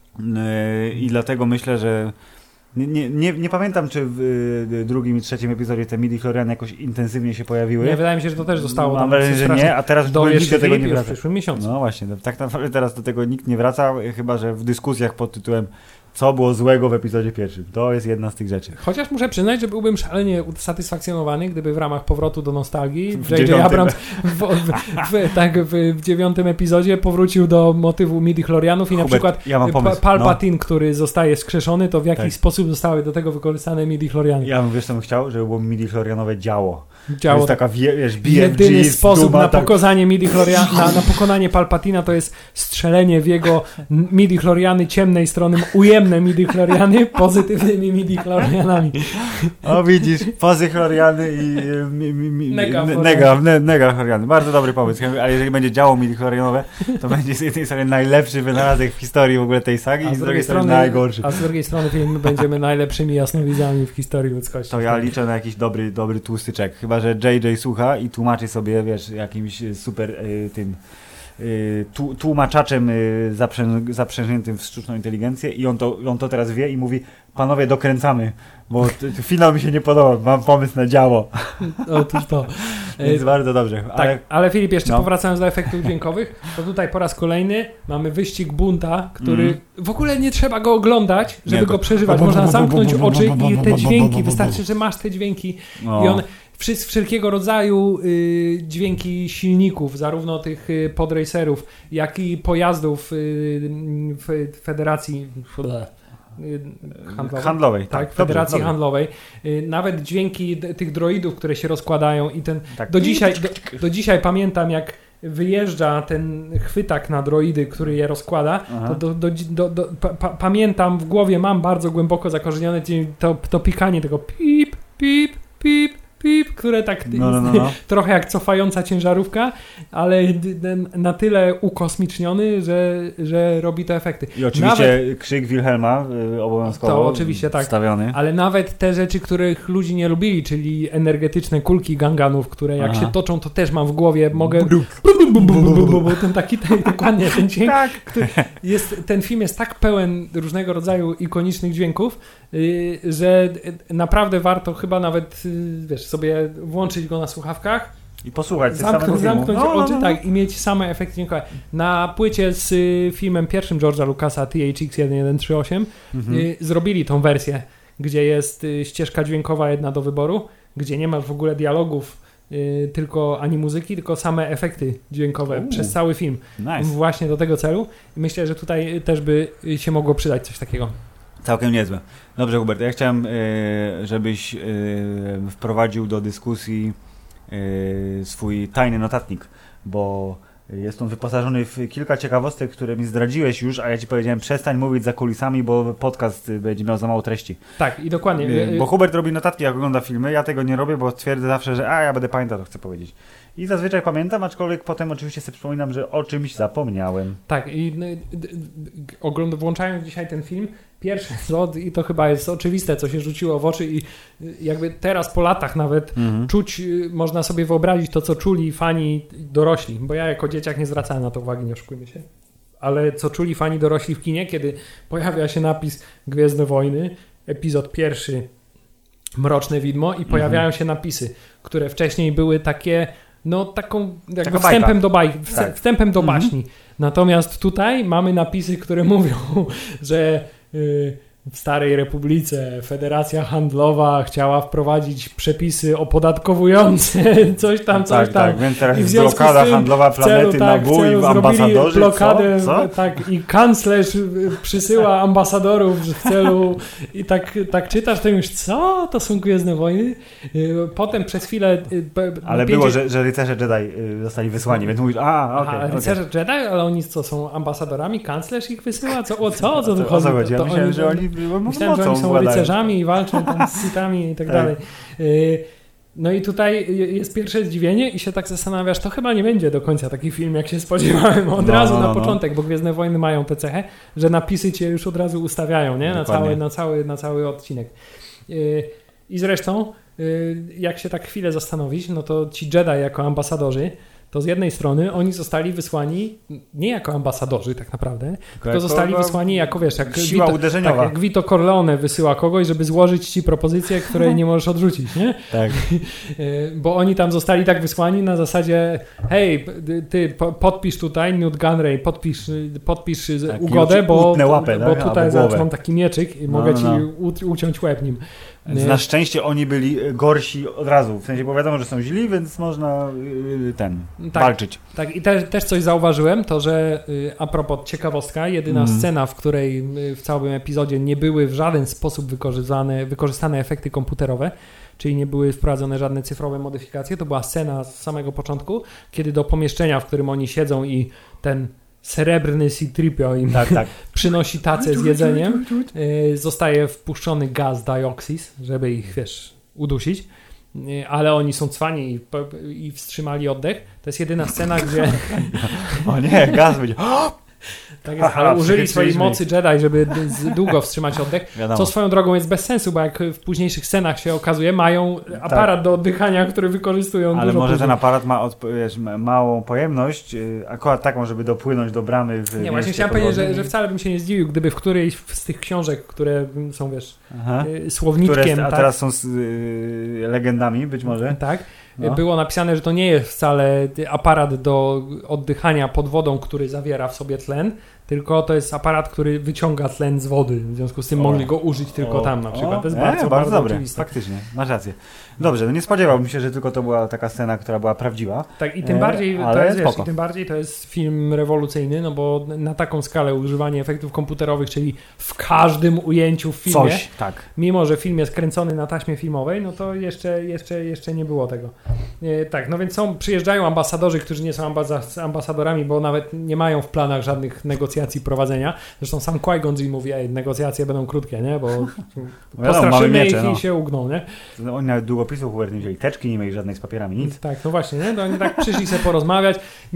Speaker 2: I dlatego myślę, że nie, nie, nie pamiętam, czy w drugim i trzecim epizodzie te midi-chloriany jakoś intensywnie się pojawiły.
Speaker 1: Nie, wydaje mi się, że to też zostało.
Speaker 2: Mam wrażenie, że nie, a teraz
Speaker 1: do
Speaker 2: nikt do tego nie wraca.
Speaker 1: W przyszłym miesiącu.
Speaker 2: No właśnie, tak naprawdę teraz do tego nikt nie wraca, chyba że w dyskusjach pod tytułem co było złego w epizodzie pierwszym. To jest jedna z tych rzeczy.
Speaker 1: Chociaż muszę przyznać, że byłbym szalenie usatysfakcjonowany, gdyby w ramach powrotu do nostalgii J J Abrams w, w, w, tak, w, w dziewiątym epizodzie powrócił do motywu midi-chlorianów i na
Speaker 2: Hubert,
Speaker 1: przykład
Speaker 2: ja mam pomysł.
Speaker 1: Palpatine,
Speaker 2: no.
Speaker 1: który zostaje skrzeszony, to w jakiś
Speaker 2: tak.
Speaker 1: sposób zostały do tego wykorzystane midi-chloriany.
Speaker 2: Ja bym, wiesz co bym chciał? Żeby było midi-chlorianowe działo.
Speaker 1: działo.
Speaker 2: To jest taka, wiesz, B F G,
Speaker 1: jedyny sposób
Speaker 2: Duma,
Speaker 1: na
Speaker 2: tak.
Speaker 1: pokonanie midi-chloriana, na, na pokonanie Palpatina to jest strzelenie w jego midi-chloriany ciemnej strony, ujemne midi-chloriany pozytywnymi midi-chlorianami.
Speaker 2: O widzisz, pozychloriany i mi, mi, mi,
Speaker 1: nega,
Speaker 2: nega, ne, nega chloriany. Bardzo dobry pomysł, ale jeżeli będzie działo midi-chlorianowe, to będzie z jednej strony najlepszy wynalazek w historii w ogóle tej sagi a i z drugiej strony najgorszy.
Speaker 1: A z drugiej strony film będziemy najlepszymi jasnowidzami w historii ludzkości.
Speaker 2: To ja liczę na jakiś dobry, dobry tłusty czek. Chyba że J J słucha i tłumaczy sobie, wiesz, jakimś super y, tym y, tłumaczaczem y, zaprzę, zaprzężniętym w sztuczną inteligencję i on to, on to teraz wie i mówi, panowie dokręcamy, bo t, t, finał mi się nie podoba, mam pomysł na działo.
Speaker 1: Otóż to.
Speaker 2: Więc bardzo dobrze.
Speaker 1: Ale, tak, ale Filip, jeszcze
Speaker 2: no.
Speaker 1: powracając do efektów dźwiękowych, to tutaj po raz kolejny mamy wyścig bunta, który mm. w ogóle nie trzeba go oglądać, żeby nie, go przeżywać. Można zamknąć oczy i te dźwięki, wystarczy, że masz te dźwięki
Speaker 2: no.
Speaker 1: i on wszelkiego rodzaju y, dźwięki silników, zarówno tych y, podracerów, jak i pojazdów y, w Federacji
Speaker 2: handlowej, handlowej
Speaker 1: tak,
Speaker 2: tak,
Speaker 1: Federacji
Speaker 2: dobrze,
Speaker 1: Handlowej. Y, nawet dźwięki d- tych droidów, które się rozkładają i ten
Speaker 2: tak.
Speaker 1: do dzisiaj do, do dzisiaj pamiętam, jak wyjeżdża ten chwytak na droidy, który je rozkłada, Aha. to do, do, do, do, pa, pamiętam w głowie, mam bardzo głęboko zakorzenione to, to pikanie tego pip, pip, pip, pip, które tak
Speaker 2: no, no, no, no.
Speaker 1: trochę jak cofająca ciężarówka, ale na tyle ukosmiczniony, że, że robi to efekty.
Speaker 2: I oczywiście nawet krzyk Wilhelma y, obowiązkowo
Speaker 1: to oczywiście tak,
Speaker 2: wstawiony.
Speaker 1: Ale nawet te rzeczy, których ludzie nie lubili, czyli energetyczne kulki ganganów, które jak Aha. się toczą, to też mam w głowie, mogę bo ten taki, ten, dokładnie ten dźwięk,
Speaker 2: tak.
Speaker 1: który jest, ten film jest tak pełen różnego rodzaju ikonicznych dźwięków, y, że naprawdę warto chyba nawet, y, wiesz, sobie włączyć go na słuchawkach
Speaker 2: i posłuchać
Speaker 1: zamknąć, zamknąć
Speaker 2: no,
Speaker 1: oczy
Speaker 2: no, no.
Speaker 1: tak i mieć same efekty dźwiękowe. Na płycie z y, filmem pierwszym George'a Lucasa T H X jeden jeden trzy osiem mhm. y, zrobili tą wersję, gdzie jest y, ścieżka dźwiękowa jedna do wyboru, gdzie nie ma w ogóle dialogów, y, tylko ani muzyki, tylko same efekty dźwiękowe U, przez cały film.
Speaker 2: Nice.
Speaker 1: Właśnie do tego celu. I myślę, że tutaj też by się mogło przydać coś takiego.
Speaker 2: Całkiem niezłe. Dobrze, Hubert, ja chciałem, żebyś wprowadził do dyskusji yy, swój tajny notatnik, bo jest on wyposażony w kilka ciekawostek, które mi zdradziłeś już, a ja ci powiedziałem, przestań mówić za kulisami, bo podcast będzie miał za mało treści.
Speaker 1: Tak, i dokładnie.
Speaker 2: Yy, bo Hubert robi notatki, jak ogląda filmy, ja tego nie robię, bo twierdzę zawsze, że a ja będę pamiętał, to chcę powiedzieć. I zazwyczaj pamiętam, aczkolwiek potem oczywiście sobie przypominam, że o czymś zapomniałem.
Speaker 1: Tak, i ogląd- włączając dzisiaj ten film, pierwszy zwrot, i to chyba jest oczywiste, co się rzuciło w oczy i jakby teraz po latach nawet mhm. czuć, można sobie wyobrazić to, co czuli fani dorośli, bo ja jako dzieciak nie zwracałem na to uwagi, nie oszukujmy się, ale co czuli fani dorośli w kinie, kiedy pojawia się napis Gwiezdne Wojny, epizod pierwszy, Mroczne Widmo i pojawiają mhm. się napisy, które wcześniej były takie no taką jakby wstępem do, baj, tak. wstępem do baśni. Mhm. Natomiast tutaj mamy napisy, które mówią, że yy, w Starej Republice Federacja Handlowa chciała wprowadzić przepisy opodatkowujące coś tam, coś
Speaker 2: tak,
Speaker 1: tam.
Speaker 2: Tak, więc teraz jest blokada handlowa planety celu, na bój, tak, ambasadorzy,
Speaker 1: blokadę,
Speaker 2: co? Co?
Speaker 1: Tak, i kanclerz przysyła ambasadorów w celu i tak, tak czytasz, to już co? To są Gwiezdne Wojny? Potem przez chwilę...
Speaker 2: Ale pięć... było, że, że rycerze Jedi zostali wysłani, więc mówisz, a, okej. Okay, okay.
Speaker 1: Rycerze Jedi? Ale oni co, są ambasadorami? Kanclerz ich wysyła? Co? O co? Co tu
Speaker 2: chodzi? O co chodzi? Ja myślałem, oni, że oni
Speaker 1: Myślałem, że oni są władają. rycerzami i walczą tam z sitami i tak, tak dalej. No i tutaj jest pierwsze zdziwienie i się tak zastanawiasz, to chyba nie będzie do końca taki film, jak się spodziewałem od no, razu no, na no, początek, no. bo Gwiezdne Wojny mają tę cechę, że napisy cię już od razu ustawiają, nie? Na, cały, na, cały, na cały odcinek. I zresztą, jak się tak chwilę zastanowić, no to ci Jedi jako ambasadorzy, to z jednej strony oni zostali wysłani nie jako ambasadorzy tak naprawdę, tylko, tylko zostali wysłani jako, wiesz, jak
Speaker 2: siła
Speaker 1: Vito,
Speaker 2: uderzeniowa.
Speaker 1: Tak, jak Vito Corleone wysyła kogoś, żeby złożyć ci propozycję, której nie możesz odrzucić, nie?
Speaker 2: Tak.
Speaker 1: Bo oni tam zostali tak wysłani na zasadzie hej, ty podpisz tutaj, Newt Gunray, podpisz, podpisz tak, ugodę, bo,
Speaker 2: łapę,
Speaker 1: bo
Speaker 2: tak?
Speaker 1: tutaj zaraz mam taki mieczyk i
Speaker 2: no,
Speaker 1: mogę
Speaker 2: no,
Speaker 1: ci
Speaker 2: no.
Speaker 1: u, uciąć łeb nim.
Speaker 2: Więc na szczęście oni byli gorsi od razu. W sensie, bo wiadomo, że są źli, więc można yy, ten,
Speaker 1: tak,
Speaker 2: walczyć.
Speaker 1: Tak, i te, też coś zauważyłem, to że yy, a propos ciekawostka, jedyna mm. scena, w której yy, w całym epizodzie nie były w żaden sposób wykorzystane, wykorzystane efekty komputerowe, czyli nie były wprowadzone żadne cyfrowe modyfikacje, to była scena z samego początku, kiedy do pomieszczenia, w którym oni siedzą i ten srebrny C trzy P O im tak, tak. przynosi tacę z jedzeniem, yy, zostaje wpuszczony gaz dioxis, żeby ich, wiesz, udusić, yy, ale oni są cwani i, i wstrzymali oddech. To jest jedyna scena, gdzie...
Speaker 2: O nie, gaz będzie...
Speaker 1: Tak jest, ale użyli swojej mocy Jedi, żeby długo wstrzymać oddech,
Speaker 2: Wiadomo.
Speaker 1: co swoją drogą jest bez sensu, bo jak w późniejszych scenach się okazuje, mają aparat tak. do oddychania, który wykorzystują
Speaker 2: ale
Speaker 1: dużo
Speaker 2: może
Speaker 1: później.
Speaker 2: ten aparat ma odp- wiesz, małą pojemność, akurat taką, żeby dopłynąć do bramy w
Speaker 1: Nie, właśnie chciałem powiedzieć, że, że wcale bym się nie zdziwił, gdyby w którejś z tych książek, które są, wiesz, Aha. słowniczkiem...
Speaker 2: Które, a
Speaker 1: tak?
Speaker 2: teraz są z, y, legendami być może.
Speaker 1: Tak. No. Było napisane, że to nie jest wcale aparat do oddychania pod wodą, który zawiera w sobie tlen, tylko to jest aparat, który wyciąga tlen z wody. W związku z tym o. mogli go użyć tylko o. tam na przykład. To jest e, bardzo, bardzo, bardzo dobre. Oczywiste.
Speaker 2: Faktycznie, masz rację. Dobrze, no nie spodziewałbym się, że tylko to była taka scena, która była prawdziwa.
Speaker 1: Tak, i tym bardziej, e, to jest, wiesz, i tym bardziej to jest film rewolucyjny, no bo na taką skalę używanie efektów komputerowych, czyli w każdym ujęciu w filmie,
Speaker 2: Coś, tak.
Speaker 1: mimo że film jest kręcony na taśmie filmowej, no to jeszcze, jeszcze, jeszcze nie było tego. E, tak, no więc są, przyjeżdżają ambasadorzy, którzy nie są ambas- ambasadorami, bo nawet nie mają w planach żadnych negocjacji prowadzenia. Zresztą sam Qui-Gon mówi, ej, negocjacje będą krótkie, nie? Bo postraszymy miecze, ich no. i się ugną, nie?
Speaker 2: Oni nawet długopisów Hubert nie wzięli, teczki nie mieli żadnej z papierami, nic.
Speaker 1: Tak, no właśnie, nie? To oni tak przyszli sobie porozmawiać.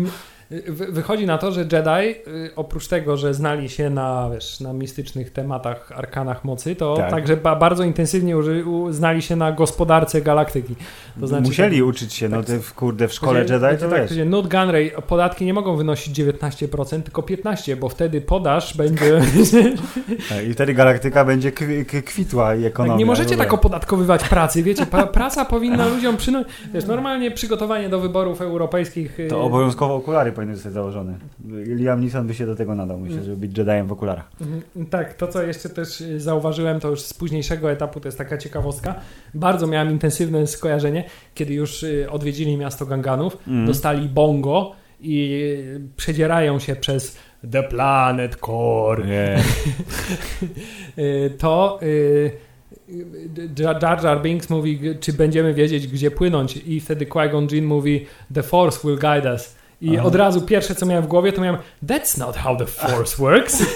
Speaker 1: Wychodzi na to, że Jedi, oprócz tego, że znali się na, wiesz, na mistycznych tematach, arkanach mocy, to tak. także ba- bardzo intensywnie uży- u- znali się na gospodarce galaktyki. To znaczy,
Speaker 2: musieli
Speaker 1: tak,
Speaker 2: uczyć się,
Speaker 1: tak,
Speaker 2: no te, kurde, w szkole
Speaker 1: Jedi,
Speaker 2: Jedi to,
Speaker 1: to tak, wiesz. Newt Gunray, podatki nie mogą wynosić dziewiętnaście procent, tylko piętnaście procent, bo wtedy podaż będzie...
Speaker 2: Tak, i wtedy galaktyka będzie k- k- kwitła i ekonomia.
Speaker 1: Tak, nie możecie tak opodatkowywać pracy, wiecie, pra- praca powinna ludziom przynosić... Wiesz, normalnie przygotowanie do wyborów europejskich...
Speaker 2: To obowiązkowo okulary powinny zostać założone. Liam Neeson by się do tego nadał, myślę, żeby być Jediem w okularach.
Speaker 1: Tak, to co jeszcze też zauważyłem, to już z późniejszego etapu, to jest taka ciekawostka. Bardzo miałem intensywne skojarzenie, kiedy już odwiedzili miasto Ganganów, mm. dostali bongo i przedzierają się przez The Planet Core. Yeah. to... Jar Jar Binks mówi, czy będziemy wiedzieć, gdzie płynąć, i wtedy Qui-Gon Jinn mówi The Force will guide us. I Aha. od razu pierwsze, co miałem w głowie, to miałem That's not how the Force works.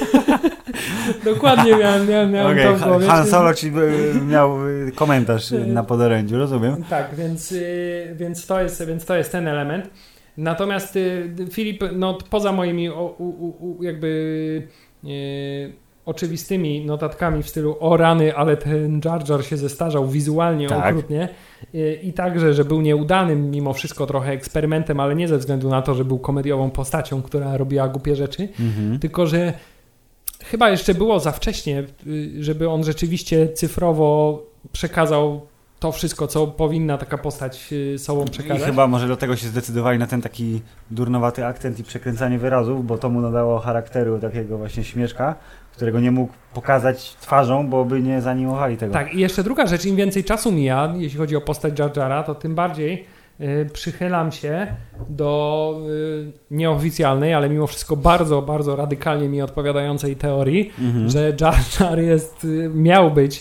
Speaker 1: Dokładnie miałem, miałem, miałem okay. to w głowie.
Speaker 2: Han Solo ci miał komentarz na podorędziu, rozumiem.
Speaker 1: Tak, więc, więc, to jest, więc to jest ten element. Natomiast Filip, no poza moimi o, u, u, jakby e, oczywistymi notatkami w stylu o rany, ale ten Jar Jar się zestarzał wizualnie tak. okrutnie e, i także, że był nieudanym mimo wszystko trochę eksperymentem, ale nie ze względu na to, że był komediową postacią, która robiła głupie rzeczy, mhm. tylko że chyba jeszcze było za wcześnie, żeby on rzeczywiście cyfrowo przekazał to wszystko, co powinna taka postać sobą przekazać.
Speaker 2: I chyba może dlatego się zdecydowali na ten taki durnowaty akcent i przekręcanie wyrazów, bo to mu nadało charakteru takiego właśnie śmieszka, którego nie mógł pokazać twarzą, bo by nie zanimowali tego.
Speaker 1: Tak, i jeszcze druga rzecz, im więcej czasu mija, jeśli chodzi o postać Jar Jara, to tym bardziej y, przychylam się do y, nieoficjalnej, ale mimo wszystko bardzo, bardzo radykalnie mi odpowiadającej teorii, mhm. że Jar Jar jest, y, miał być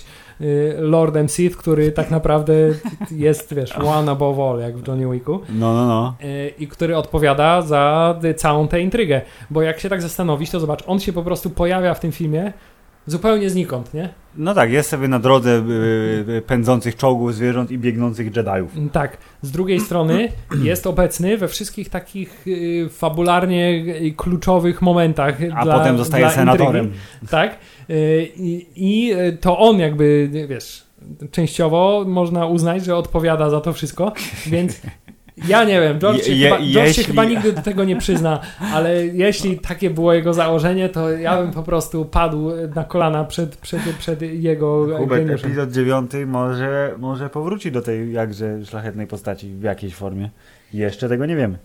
Speaker 1: Lordem Sith, który tak naprawdę jest, wiesz, one above all, jak w Johnny Wicku.
Speaker 2: No, no, no.
Speaker 1: I który odpowiada za całą tę intrygę. Bo jak się tak zastanowić, to zobacz, on się po prostu pojawia w tym filmie zupełnie znikąd, nie?
Speaker 2: No tak, jest sobie na drodze yy, pędzących czołgów, zwierząt i biegnących Jediów.
Speaker 1: Tak. Z drugiej strony jest obecny we wszystkich takich yy, fabularnie yy, kluczowych momentach.
Speaker 2: A
Speaker 1: dla,
Speaker 2: potem zostaje
Speaker 1: dla
Speaker 2: senatorem.
Speaker 1: Intrygi. Tak. Yy, I to on jakby, wiesz, częściowo można uznać, że odpowiada za to wszystko, więc ja nie wiem, George, się, je, chyba, George jeśli... się chyba nigdy do tego nie przyzna, ale jeśli takie było jego założenie, to ja bym po prostu padł na kolana przed, przed, przed jego
Speaker 2: Hubert, geniuszem. Epizod dziewiąty może, może powróci do tej jakże szlachetnej postaci w jakiejś formie. Jeszcze tego nie wiemy.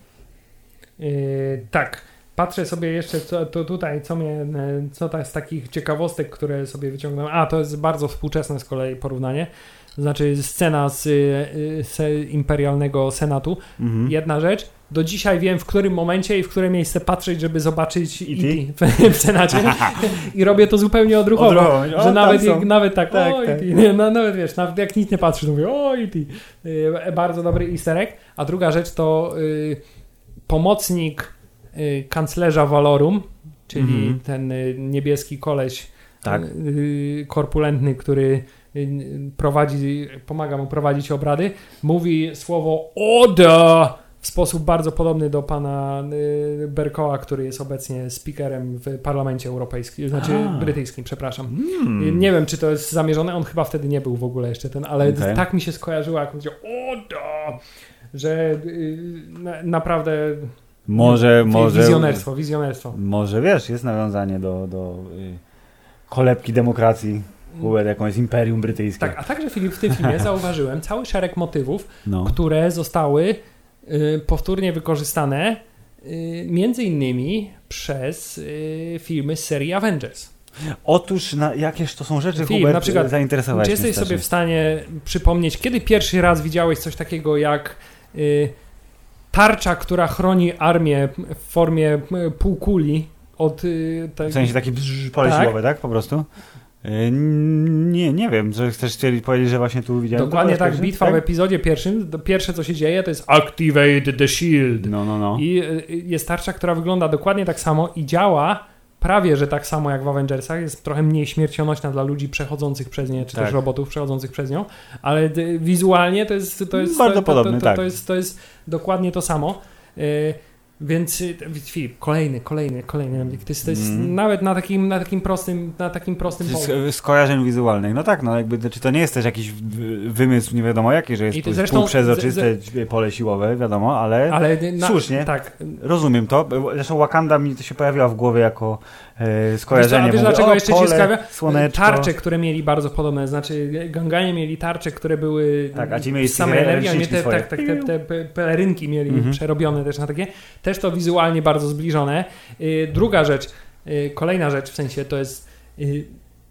Speaker 1: Yy, tak. Patrzę sobie jeszcze co, to tutaj, co mnie, co to z takich ciekawostek, które sobie wyciągnąłem. A, to jest bardzo współczesne z kolei porównanie. Znaczy scena z, z imperialnego senatu. Mhm. Jedna rzecz. Do dzisiaj wiem, w którym momencie i w które miejsce patrzeć, żeby zobaczyć E T w, w senacie. I robię to zupełnie odruchowo. odruchowo. O, że nawet, jak, nawet tak, tak, o, tak. E T. Nie, no, nawet wiesz, nawet jak nic nie patrzy, to mówię, o, E T. Yy, bardzo dobry easter egg. A druga rzecz to yy, pomocnik yy, kanclerza Valorum, czyli mhm. ten yy, niebieski koleś, tak. yy, korpulentny, który prowadzi, pomaga mu prowadzić obrady, mówi słowo order w sposób bardzo podobny do pana Berkoa, który jest obecnie speakerem w Parlamencie Europejskim, znaczy A. brytyjskim, przepraszam. Hmm. Nie wiem, czy to jest zamierzone, on chyba wtedy nie był w ogóle jeszcze ten, ale okay. tak mi się skojarzyło, jak powiedział order, że na, naprawdę
Speaker 2: może, może
Speaker 1: wizjonerstwo, wizjonerstwo.
Speaker 2: Może wiesz, jest nawiązanie do, do y, kolebki demokracji. Jaką jest Imperium Brytyjskie.
Speaker 1: Tak, a także Filip, w tym filmie zauważyłem cały szereg motywów, no. które zostały y, powtórnie wykorzystane y, między innymi przez y, filmy z serii Avengers.
Speaker 2: Otóż na, jakież to są rzeczy, Film, Hubert, na przykład, zainteresowałeś
Speaker 1: czy jesteś mnie sobie w stanie przypomnieć, kiedy pierwszy raz widziałeś coś takiego jak y, tarcza, która chroni armię w formie półkuli od... Y, tak,
Speaker 2: w sensie takie pole tak? siłowe, tak? Po prostu? Nie, nie wiem, że chcesz powiedzieć, że właśnie tu widziałem.
Speaker 1: Dokładnie tak, bitwa tak? w epizodzie pierwszym, pierwsze co się dzieje to jest Activate the Shield.
Speaker 2: No, no, no.
Speaker 1: I jest tarcza, która wygląda dokładnie tak samo i działa prawie, że tak samo jak w Avengersach, jest trochę mniej śmiercionośna dla ludzi przechodzących przez nie, czy tak. też robotów przechodzących przez nią, ale wizualnie to jest to jest,
Speaker 2: bardzo
Speaker 1: to,
Speaker 2: podobne,
Speaker 1: to, to,
Speaker 2: tak.
Speaker 1: to, jest, to jest dokładnie to samo. Więc Filip, kolejny, kolejny, kolejny. To jest, to jest mm. nawet na takim, na takim prostym, na takim prostym
Speaker 2: z, skojarzeń wizualnych. No tak, no jakby, czy to nie jest też jakiś wymysł nie wiadomo jaki, że jest zresztą, półprzezroczyste z, z, pole siłowe, wiadomo, ale, ale na, słusznie, tak. Rozumiem to. Zresztą Wakanda mi to się pojawiła w głowie jako e, skojarzenie.
Speaker 1: Wiesz, a wiesz dlaczego
Speaker 2: o,
Speaker 1: jeszcze
Speaker 2: pole,
Speaker 1: ci skawia?
Speaker 2: Słoneczko.
Speaker 1: Tarcze, które mieli bardzo podobne, znaczy Ganganie mieli tarcze, które były
Speaker 2: tak, a ci mieli
Speaker 1: samej energii, a te, tak, tak, te, te pelerynki mieli mm-hmm. przerobione też na takie. Też to wizualnie bardzo zbliżone. Yy, druga rzecz, yy, kolejna rzecz w sensie to jest yy,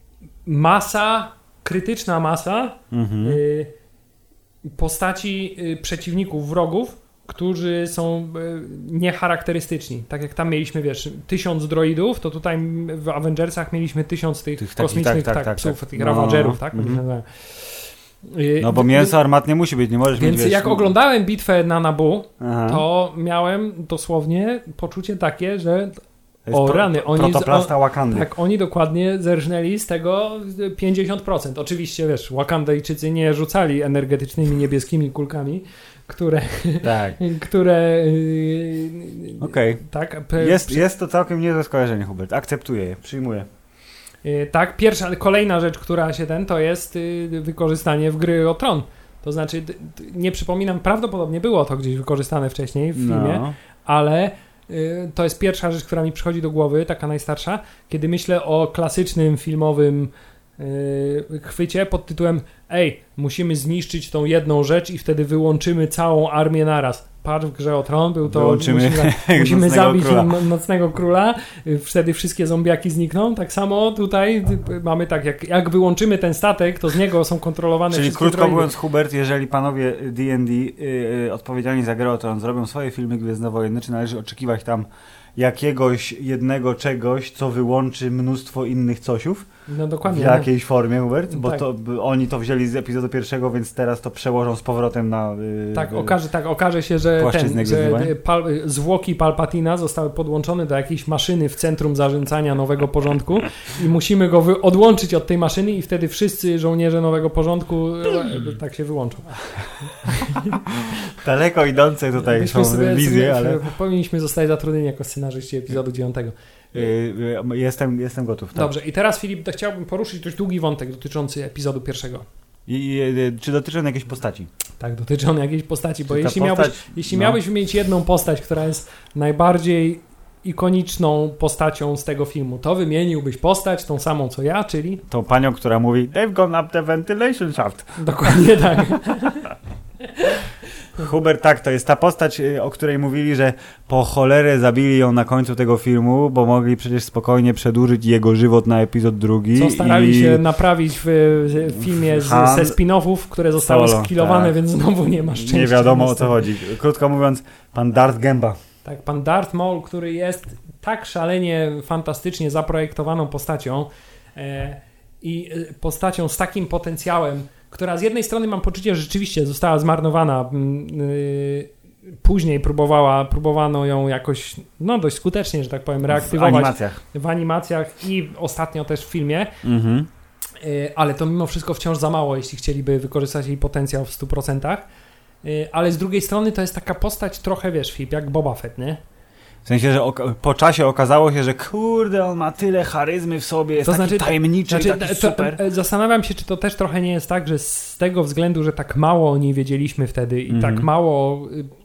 Speaker 1: masa, krytyczna masa mm-hmm. yy, postaci yy, przeciwników, wrogów, którzy są niecharakterystyczni. Tak jak tam mieliśmy, wiesz, tysiąc droidów, to tutaj w Avengersach mieliśmy tysiąc tych, tych kosmicznych tak, tak, tak, psów, tak, tych no, Ravagerów, tak? Mm-hmm.
Speaker 2: No bo mięso armatnie musi być, nie możesz
Speaker 1: Więc
Speaker 2: mieć... Więc
Speaker 1: jak oglądałem bitwę na Naboo, Aha. to miałem dosłownie poczucie takie, że o pro, rany, oni,
Speaker 2: protoplasta Wakandy.
Speaker 1: Tak, oni dokładnie zerżnęli z tego pięćdziesiąt procent. Oczywiście, wiesz, Wakandajczycy nie rzucali energetycznymi niebieskimi kulkami, które... Tak. które
Speaker 2: Okej. Okay. Tak, pe, jest, przy... jest to całkiem niezłe skojarzenie, Hubert. Akceptuję je, przyjmuję.
Speaker 1: Tak, pierwsza, kolejna rzecz, która się ten, to jest wykorzystanie w gry o Tron. To znaczy, nie przypominam, prawdopodobnie było to gdzieś wykorzystane wcześniej w filmie, no. ale to jest pierwsza rzecz, która mi przychodzi do głowy, taka najstarsza, kiedy myślę o klasycznym filmowym chwycie pod tytułem ej, musimy zniszczyć tą jedną rzecz i wtedy wyłączymy całą armię naraz. Patrz, w grze o Tron był to...
Speaker 2: Wyłączymy
Speaker 1: musimy, musimy zabić
Speaker 2: króla.
Speaker 1: Nocnego Króla, wtedy wszystkie zombiaki znikną. Tak samo tutaj mamy tak, jak, jak wyłączymy ten statek, to z niego są kontrolowane
Speaker 2: Czyli
Speaker 1: wszystkie
Speaker 2: krótko
Speaker 1: droidy.
Speaker 2: mówiąc, Hubert, jeżeli panowie D and D yy, odpowiedzialni za grę o Tron zrobią swoje filmy gwiezdnowojenne, czy należy oczekiwać tam jakiegoś jednego czegoś, co wyłączy mnóstwo innych cosiów?
Speaker 1: No dokładnie.
Speaker 2: W jakiejś formie, Hubert? Bo
Speaker 1: tak.
Speaker 2: to oni to wzięli z epizodu pierwszego, więc teraz to przełożą z powrotem na... Yy,
Speaker 1: tak, okaże, tak, okaże się, że, ten, że pal, zwłoki Palpatina zostały podłączone do jakiejś maszyny w centrum zarządzania nowego porządku i musimy go wy- odłączyć od tej maszyny i wtedy wszyscy żołnierze nowego porządku tak się wyłączą.
Speaker 2: Daleko idące tutaj Myśmy są sobie, wizje, sobie, ale...
Speaker 1: Powinniśmy zostać zatrudnieni jako scenarzyści epizodu dziewiątego.
Speaker 2: Yy, jestem, jestem gotów. Tak.
Speaker 1: Dobrze, i teraz Filip, to chciałbym poruszyć dość długi wątek dotyczący epizodu pierwszego.
Speaker 2: I, i, czy dotyczy on jakiejś postaci?
Speaker 1: Tak, dotyczy on jakiejś postaci, bo jeśli,
Speaker 2: postać,
Speaker 1: miałbyś, jeśli no. miałbyś mieć jedną postać, która jest najbardziej ikoniczną postacią z tego filmu, to wymieniłbyś postać, tą samą co ja, czyli...
Speaker 2: Tą panią, która mówi they've gone up the ventilation shaft.
Speaker 1: Dokładnie tak.
Speaker 2: Hubert, tak, to jest ta postać, o której mówili, że po cholerę zabili ją na końcu tego filmu, bo mogli przecież spokojnie przedłużyć jego żywot na epizod drugi.
Speaker 1: Co starali
Speaker 2: i...
Speaker 1: się naprawić w filmie z, Han... ze spin-offów, które zostały Solo, skillowane, tak. Więc znowu nie ma szczęścia.
Speaker 2: Nie wiadomo o co chodzi. Krótko mówiąc, pan Darth Gęba.
Speaker 1: Tak, pan Darth Maul, który jest tak szalenie, fantastycznie zaprojektowaną postacią e, i postacią z takim potencjałem, która z jednej strony mam poczucie, że rzeczywiście została zmarnowana. Yy, później próbowała, próbowano ją jakoś no dość skutecznie, że tak powiem, reaktywować.
Speaker 2: W animacjach.
Speaker 1: W animacjach i ostatnio też w filmie.
Speaker 2: Mhm.
Speaker 1: Yy, ale to mimo wszystko wciąż za mało, jeśli chcieliby wykorzystać jej potencjał w stu procentach. Yy, ale z drugiej strony to jest taka postać trochę, wiesz, Filip, jak Boba Fett, nie?
Speaker 2: W sensie, że ok- po czasie okazało się, że kurde, on ma tyle charyzmy w sobie, jest to taki znaczy, tajemniczy, znaczy, taki to, super. To,
Speaker 1: zastanawiam się, czy to też trochę nie jest tak, że z tego względu, że tak mało o niej wiedzieliśmy wtedy i mm-hmm. tak mało,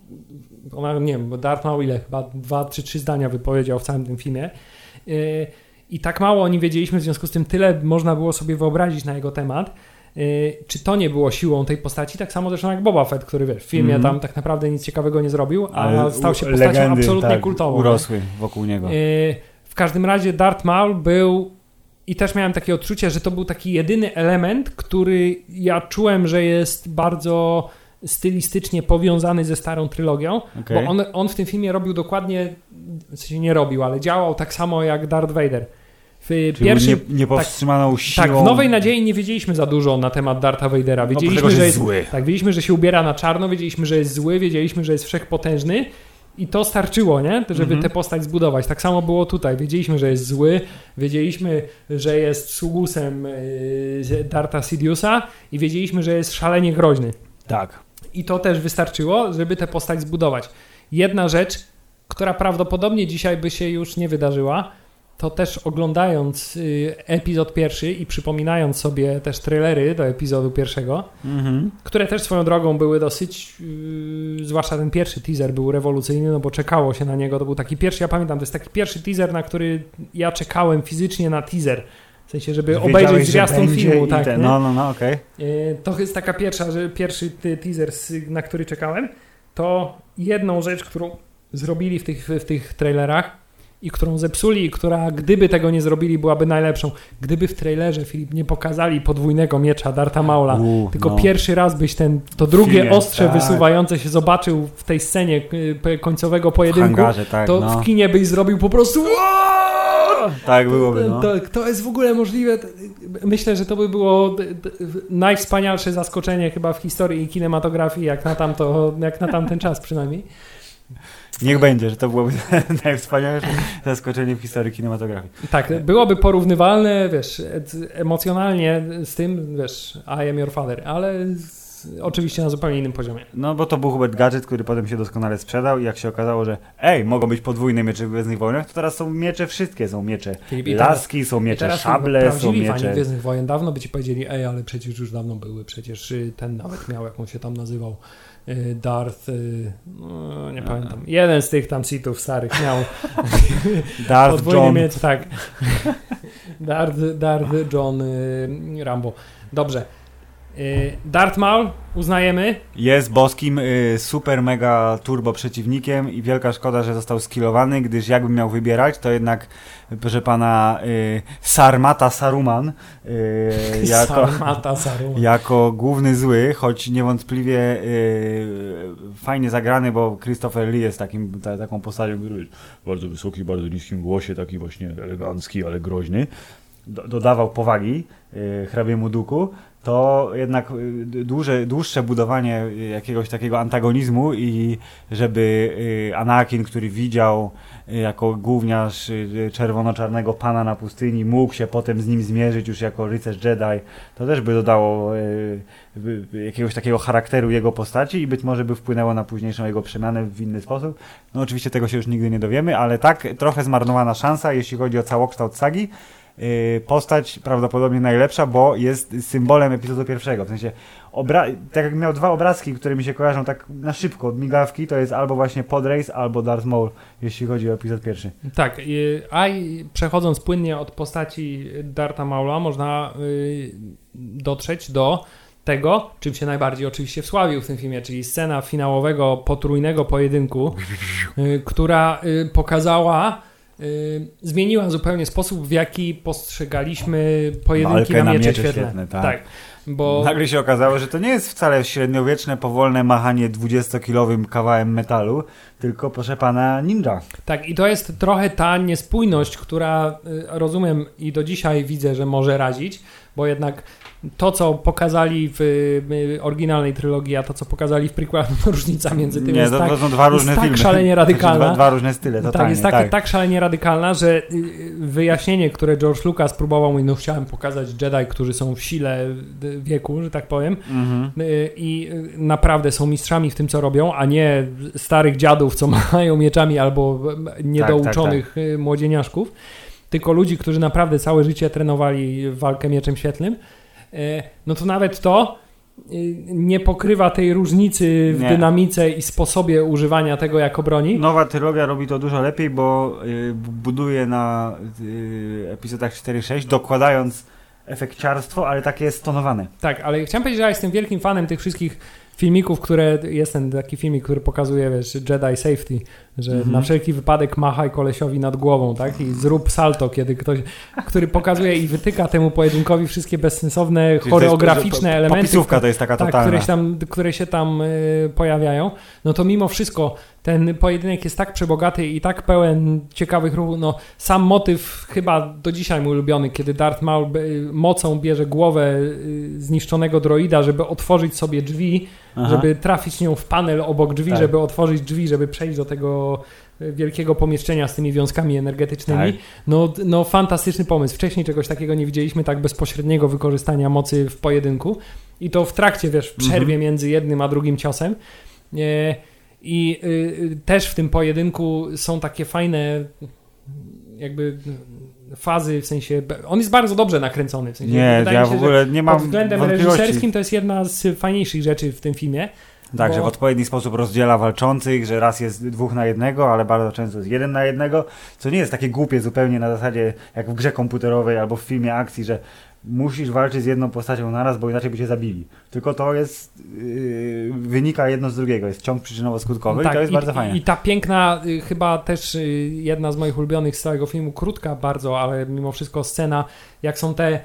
Speaker 1: ona, nie wiem, bo Darth Maul ile, chyba dwa, trzy, trzy zdania wypowiedział w całym tym filmie yy, i tak mało o nim wiedzieliśmy, w związku z tym tyle można było sobie wyobrazić na jego temat. Yy, czy to nie było siłą tej postaci? Tak samo zresztą jak Boba Fett, który wiesz, w filmie mm. tam tak naprawdę nic ciekawego nie zrobił, a ale stał się postacią legendy, absolutnie
Speaker 2: tak,
Speaker 1: kultową.
Speaker 2: Urosły wokół niego. Yy,
Speaker 1: w każdym razie Darth Maul był i też miałem takie odczucie, że to był taki jedyny element, który ja czułem, że jest bardzo stylistycznie powiązany ze starą trylogią, okay. bo on, on w tym filmie robił dokładnie, w sensie nie robił, ale działał tak samo jak Darth Vader. W pierwszym,
Speaker 2: nie, niepowstrzymaną
Speaker 1: tak,
Speaker 2: siłą.
Speaker 1: Tak, w Nowej Nadziei nie wiedzieliśmy za dużo na temat Dartha Vadera. Wiedzieliśmy,
Speaker 2: no,
Speaker 1: że,
Speaker 2: że
Speaker 1: jest
Speaker 2: zły.
Speaker 1: Tak, wiedzieliśmy, że się ubiera na czarno, wiedzieliśmy, że jest zły, wiedzieliśmy, że jest wszechpotężny i to starczyło, nie? Żeby mm-hmm. tę postać zbudować. Tak samo było tutaj. Wiedzieliśmy, że jest zły, wiedzieliśmy, że jest sługusem yy, Dartha Sidiousa i wiedzieliśmy, że jest szalenie groźny.
Speaker 2: Tak.
Speaker 1: I to też wystarczyło, żeby tę postać zbudować. Jedna rzecz, która prawdopodobnie dzisiaj by się już nie wydarzyła, to też oglądając y, epizod pierwszy i przypominając sobie też trailery do epizodu pierwszego, mm-hmm. które też swoją drogą były dosyć, y, zwłaszcza ten pierwszy teaser był rewolucyjny, no bo czekało się na niego, to był taki pierwszy, ja pamiętam, to jest taki pierwszy teaser, na który ja czekałem fizycznie na teaser, w sensie, żeby Wiedziałeś, obejrzeć zwiastun filmu. Tak,
Speaker 2: te, no, no, no, okej. Okay.
Speaker 1: Y, to jest taka pierwsza, że pierwszy teaser, na który czekałem, to jedną rzecz, którą zrobili w tych, w tych trailerach, i którą zepsuli, i która gdyby tego nie zrobili, byłaby najlepszą. Gdyby w trailerze, Filip, nie pokazali podwójnego miecza Dartha Maula, U, tylko no. pierwszy raz byś ten, to drugie Filmie, ostrze tak. wysuwające się zobaczył w tej scenie końcowego pojedynku,
Speaker 2: hangarze, tak,
Speaker 1: to
Speaker 2: no.
Speaker 1: w kinie byś zrobił po prostu
Speaker 2: tak byłoby, no.
Speaker 1: To, to jest w ogóle możliwe. Myślę, że to by było najwspanialsze zaskoczenie chyba w historii kinematografii, jak na, tamto, jak na tamten czas przynajmniej.
Speaker 2: Niech będzie, że to byłoby najwspanialsze zaskoczenie w historii kinematografii.
Speaker 1: Tak, byłoby porównywalne, wiesz, emocjonalnie z tym, wiesz, I am your father, ale oczywiście na zupełnie innym poziomie.
Speaker 2: No bo to był Hubert Gadget, który potem się doskonale sprzedał i jak się okazało, że ej, mogą być podwójne miecze w Gwiezdnych Wojnach, to teraz są miecze wszystkie, są miecze Filip, laski, są miecze szable, są miecze... Fani
Speaker 1: Gwiezdnych Wojen dawno by ci powiedzieli, ej, ale przecież już dawno były, przecież ten nawet miał, jak on się tam nazywał, Darth, no, nie pamiętam, jeden z tych tam Sithów starych miał
Speaker 2: Darth John.
Speaker 1: Mieć, tak. Darth, Darth John Rambo. Dobrze. Darth Maul uznajemy.
Speaker 2: Jest boskim y, super mega turbo przeciwnikiem i wielka szkoda, że został skillowany, gdyż jakbym miał wybierać, to jednak proszę pana y, Sarmata Saruman y, jako,
Speaker 1: Sarmata Saruman
Speaker 2: jako główny zły, choć niewątpliwie y, fajnie zagrany, bo Christopher Lee jest takim, ta, taką postacią, który jest bardzo wysoki, bardzo niskim głosie, taki właśnie elegancki, ale groźny. Do, dodawał powagi y, hrabiemu Duku, to jednak dłuże, dłuższe budowanie jakiegoś takiego antagonizmu i żeby Anakin, który widział jako gówniarz czerwono-czarnego pana na pustyni, mógł się potem z nim zmierzyć już jako rycerz Jedi, to też by dodało jakiegoś takiego charakteru jego postaci i być może by wpłynęło na późniejszą jego przemianę w inny sposób. No oczywiście tego się już nigdy nie dowiemy, ale tak, trochę zmarnowana szansa, jeśli chodzi o całokształt sagi. Postać prawdopodobnie najlepsza, bo jest symbolem epizodu pierwszego. W sensie, obra- tak jak miał dwa obrazki, które mi się kojarzą tak na szybko od migawki, to jest albo właśnie Podrace, albo Darth Maul, jeśli chodzi o epizod pierwszy.
Speaker 1: Tak, a przechodząc płynnie od postaci Dartha Maula, można dotrzeć do tego, czym się najbardziej oczywiście wsławił w tym filmie, czyli scena finałowego potrójnego pojedynku, która pokazała Yy, zmieniła zupełnie sposób, w jaki postrzegaliśmy pojedynki Walkę na miecze, miecze świetlne. świetlne
Speaker 2: tak. tak, bo... Nagle się okazało, że to nie jest wcale średniowieczne, powolne machanie dwudziestokilowym kawałem metalu, tylko proszę pana ninja.
Speaker 1: Tak, i to jest trochę ta niespójność, która yy, rozumiem i do dzisiaj widzę, że może razić, bo jednak to, co pokazali w y, oryginalnej trylogii, a to, co pokazali w prequelu, różnica między tym
Speaker 2: nie,
Speaker 1: jest,
Speaker 2: to,
Speaker 1: tak,
Speaker 2: to są dwa różne
Speaker 1: jest
Speaker 2: filmy.
Speaker 1: tak szalenie radykalna.
Speaker 2: Dwa, dwa różne style, totalnie.
Speaker 1: Tak, jest tak, tak. tak szalenie radykalna, że wyjaśnienie, które George Lucas próbował mi, no chciałem pokazać Jedi, którzy są w sile wieku, że tak powiem, mhm. i naprawdę są mistrzami w tym, co robią, a nie starych dziadów, co mają mieczami albo niedouczonych tak, tak, tak. młodzieniaszków, tylko ludzi, którzy naprawdę całe życie trenowali walkę mieczem świetlnym. No to nawet to nie pokrywa tej różnicy w nie. dynamice i sposobie używania tego jako broni.
Speaker 2: Nowa trylogia robi to dużo lepiej, bo buduje na epizodach cztery sześć, dokładając efekciarstwo, ale takie stonowane.
Speaker 1: Tak, ale chciałem powiedzieć, że ja jestem wielkim fanem tych wszystkich filmików, które, jest ten taki filmik, który pokazuje, wiesz, Jedi Safety, że mm-hmm. na wszelki wypadek machaj kolesiowi nad głową, tak? I zrób salto, kiedy ktoś, który pokazuje i wytyka temu pojedynkowi wszystkie bezsensowne, czyli choreograficzne jest, elementy.
Speaker 2: Popisówka to jest taka
Speaker 1: tak,
Speaker 2: totalna.
Speaker 1: Które się tam, które się tam y, pojawiają. No to mimo wszystko ten pojedynek jest tak przebogaty i tak pełen ciekawych ruchów. No, sam motyw chyba do dzisiaj mój ulubiony, kiedy Darth Maul y, mocą bierze głowę y, zniszczonego droida, żeby otworzyć sobie drzwi, Aha. żeby trafić nią w panel obok drzwi, tak. żeby otworzyć drzwi, żeby przejść do tego wielkiego pomieszczenia z tymi wiązkami energetycznymi. Tak. No, no fantastyczny pomysł. Wcześniej czegoś takiego nie widzieliśmy, tak bezpośredniego wykorzystania mocy w pojedynku. I to w trakcie, wiesz, w przerwie mhm. między jednym a drugim ciosem. E, I y, też w tym pojedynku są takie fajne jakby fazy, w sensie on jest bardzo dobrze nakręcony. W sensie,
Speaker 2: nie, ja
Speaker 1: się,
Speaker 2: w ogóle nie mam
Speaker 1: pod względem reżyserskim to jest jedna z fajniejszych rzeczy w tym filmie.
Speaker 2: Tak,
Speaker 1: bo...
Speaker 2: że w odpowiedni sposób rozdziela walczących, że raz jest dwóch na jednego, ale bardzo często jest jeden na jednego, co nie jest takie głupie zupełnie na zasadzie jak w grze komputerowej albo w filmie akcji, że musisz walczyć z jedną postacią naraz, bo inaczej by cię zabili. Tylko to jest, yy, wynika jedno z drugiego, jest ciąg przyczynowo-skutkowy tak, i to jest
Speaker 1: i,
Speaker 2: bardzo fajne.
Speaker 1: I ta piękna, y, chyba też y, jedna z moich ulubionych z całego filmu, krótka bardzo, ale mimo wszystko scena, jak są te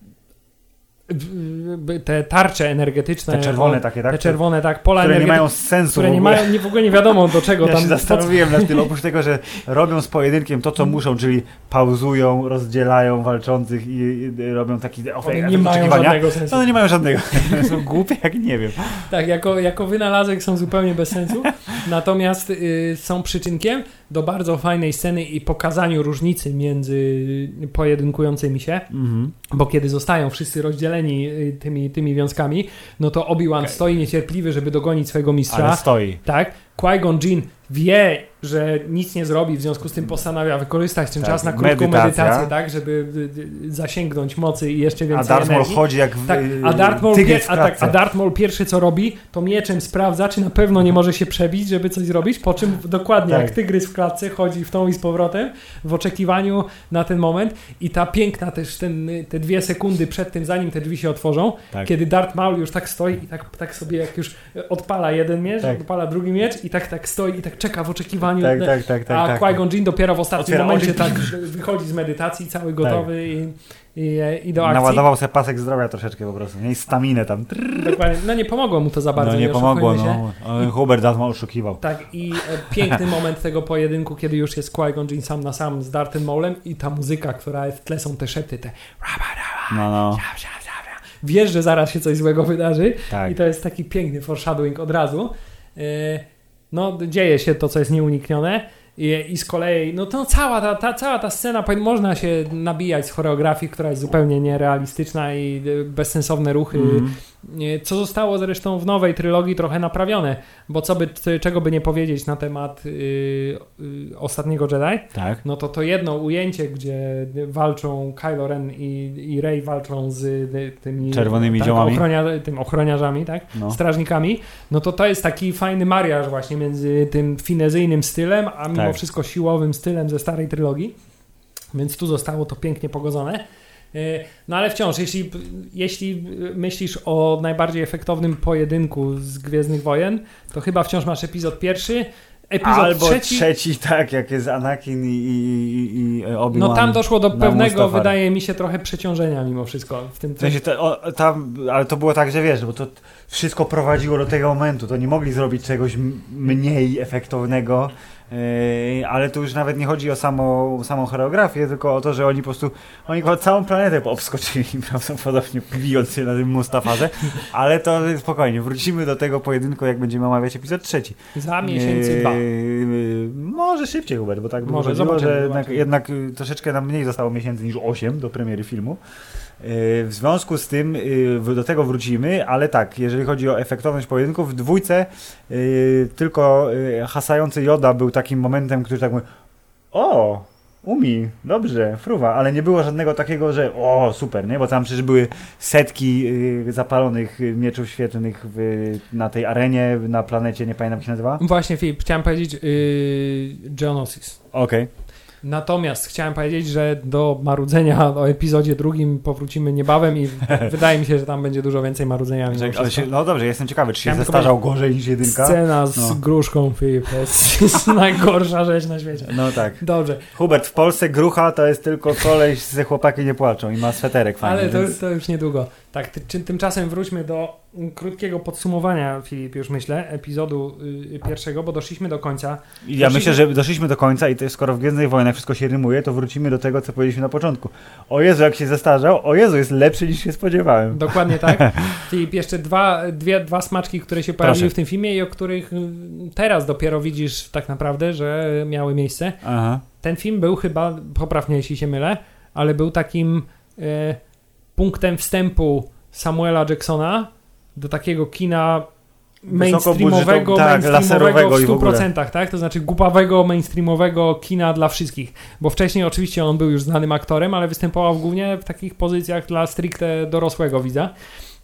Speaker 1: te tarcze energetyczne.
Speaker 2: Te czerwone takie, tak?
Speaker 1: Te czerwone, tak, pola
Speaker 2: które
Speaker 1: energety-
Speaker 2: nie mają sensu.
Speaker 1: Które nie mają, nie, w ogóle nie wiadomo do czego
Speaker 2: ja
Speaker 1: tam.
Speaker 2: się zastanowiłem nad tym, oprócz tego, że robią z pojedynkiem to, co muszą, czyli pauzują, rozdzielają walczących i, i robią taki
Speaker 1: One nie mają żadnego sensu.
Speaker 2: One nie mają żadnego. Są głupie, jak nie wiem.
Speaker 1: Tak, jako, jako wynalazek są zupełnie bez sensu, natomiast y, są przyczynkiem do bardzo fajnej sceny i pokazaniu różnicy między pojedynkującymi się, mm-hmm. bo kiedy zostają wszyscy rozdzieleni y, tymi, tymi wiązkami, no to Obi-Wan okay. stoi niecierpliwy, żeby dogonić swojego mistrza.
Speaker 2: Ale stoi.
Speaker 1: Tak. Qui-Gon Jinn wie, że nic nie zrobi, w związku z tym postanawia wykorzystać ten tak, czas na krótką medytacja. medytację, tak, żeby zasięgnąć mocy i jeszcze więcej
Speaker 2: A Darth Maul
Speaker 1: energii.
Speaker 2: chodzi jak w,
Speaker 1: tak, a, Darth Maul pier- a, tak, a Darth Maul pierwszy co robi, to mieczem sprawdza, czy na pewno nie może się przebić, żeby coś zrobić, po czym dokładnie tak. jak tygrys w klatce chodzi w tą i z powrotem w oczekiwaniu na ten moment i ta piękna też ten, te dwie sekundy przed tym, zanim te drzwi się otworzą, tak. kiedy Darth Maul już tak stoi i tak, tak sobie jak już odpala jeden miecz, tak. odpala drugi miecz i tak tak stoi i tak czeka w oczekiwaniu.
Speaker 2: Tak, tak, tak, tak,
Speaker 1: a
Speaker 2: tak,
Speaker 1: Qui-Gon Jinn dopiero w ostatnim
Speaker 2: Otwiera
Speaker 1: momencie
Speaker 2: oczy.
Speaker 1: tak wychodzi z medytacji, cały gotowy tak. i, i, i do akcji.
Speaker 2: Naładował sobie pasek zdrowia troszeczkę po prostu. Nie? I staminę tam.
Speaker 1: Dokładnie. No nie pomogło mu to za bardzo.
Speaker 2: No nie, nie pomogło, no. I, Hubert Darth Maul oszukiwał. Tak i
Speaker 1: e, piękny moment tego pojedynku, kiedy już jest Qui-Gon Jinn sam na sam z Darthem Maulem i ta muzyka, która jest w tle, są te szepty, te
Speaker 2: no, no.
Speaker 1: wiesz, że zaraz się coś złego wydarzy
Speaker 2: tak.
Speaker 1: i to jest taki piękny foreshadowing od razu. E, no dzieje się to, co jest nieuniknione. I, I z kolei, no to cała ta, ta, cała ta scena, można się nabijać z choreografii, która jest zupełnie nierealistyczna i bezsensowne ruchy, mm. co zostało zresztą w nowej trylogii trochę naprawione, bo co by, czego by nie powiedzieć na temat yy, yy, Ostatniego Jedi,
Speaker 2: tak.
Speaker 1: no to to jedno ujęcie, gdzie walczą Kylo Ren i, i Rey walczą z y, tymi
Speaker 2: czerwonymi
Speaker 1: tak,
Speaker 2: ziołami,
Speaker 1: ochronia, tym ochroniarzami, tak, no. strażnikami, no to to jest taki fajny mariaż właśnie między tym finezyjnym stylem, a mimo tak. wszystko siłowym stylem ze starej trylogii, więc tu zostało to pięknie pogodzone. No ale wciąż, jeśli, jeśli myślisz o najbardziej efektownym pojedynku z Gwiezdnych Wojen, to chyba wciąż masz epizod pierwszy, epizod
Speaker 2: albo
Speaker 1: trzeci.
Speaker 2: trzeci, tak, jak jest Anakin i, i, i Obi-Wan.
Speaker 1: No tam doszło do pewnego, Mustafar. Wydaje mi się, trochę przeciążenia mimo wszystko. W tym,
Speaker 2: w sensie to, o, tam, ale to było tak, że wiesz, bo to wszystko prowadziło do tego momentu, to nie mogli zrobić czegoś m- mniej efektownego. Yy, ale tu już nawet nie chodzi o samą, samą choreografię, tylko o to, że oni po prostu oni całą planetę obskoczyli prawdopodobnie bijąc się na tym Mustafarze, ale to spokojnie, wrócimy do tego pojedynku, jak będziemy omawiać epizod trzeci.
Speaker 1: Za miesięcy yy, dwa.
Speaker 2: Yy, może szybciej, Hubert, bo tak by
Speaker 1: może
Speaker 2: chodziło, że
Speaker 1: jednak,
Speaker 2: jednak troszeczkę nam mniej zostało miesięcy niż osiem do premiery filmu. W związku z tym do tego wrócimy, ale tak, jeżeli chodzi o efektowność pojedynków, w dwójce tylko hasający Yoda był takim momentem, który tak mówi: o, umi, dobrze, fruwa, ale nie było żadnego takiego, że o, super, nie? Bo tam przecież były setki zapalonych mieczów świetlnych w, na tej arenie, na planecie, nie pamiętam jak się nazywa.
Speaker 1: Właśnie, Filip, chciałem powiedzieć yy, Geonosis.
Speaker 2: Okej. Okay.
Speaker 1: Natomiast chciałem powiedzieć, że do marudzenia o epizodzie drugim powrócimy niebawem i wydaje mi się, że tam będzie dużo więcej marudzenia.
Speaker 2: Ale się, no dobrze, jestem ciekawy, czy się chciałem zestarzał gorzej niż jedynka?
Speaker 1: Scena z no. gruszką, Filip, to jest, jest najgorsza rzecz na świecie.
Speaker 2: No tak.
Speaker 1: Dobrze.
Speaker 2: Hubert, w Polsce grucha to jest tylko koleś, ze chłopaki nie płaczą i ma sweterek fajny.
Speaker 1: Ale to,
Speaker 2: więc...
Speaker 1: to już niedługo. Tak, ty, tymczasem wróćmy do krótkiego podsumowania, Filip, już myślę, epizodu y, pierwszego, bo doszliśmy do końca.
Speaker 2: Ja
Speaker 1: doszliśmy...
Speaker 2: myślę, że doszliśmy do końca i to skoro w Gwiezdnych Wojnach wszystko się rymuje, to wrócimy do tego, co powiedzieliśmy na początku. O Jezu, jak się zestarzał, o Jezu, jest lepszy niż się spodziewałem.
Speaker 1: Dokładnie tak. Filip, jeszcze dwa, dwie, dwa smaczki, które się pojawiły Proszę. w tym filmie i o których teraz dopiero widzisz tak naprawdę, że miały miejsce.
Speaker 2: Aha.
Speaker 1: Ten film był chyba, poprawnie jeśli się mylę, ale był takim e, punktem wstępu Samuela Jacksona do takiego kina mainstreamowego, tak, mainstreamowego w stu procentach, tak? To znaczy głupawego, mainstreamowego kina dla wszystkich. Bo wcześniej oczywiście on był już znanym aktorem, ale występował głównie w takich pozycjach dla stricte dorosłego widza.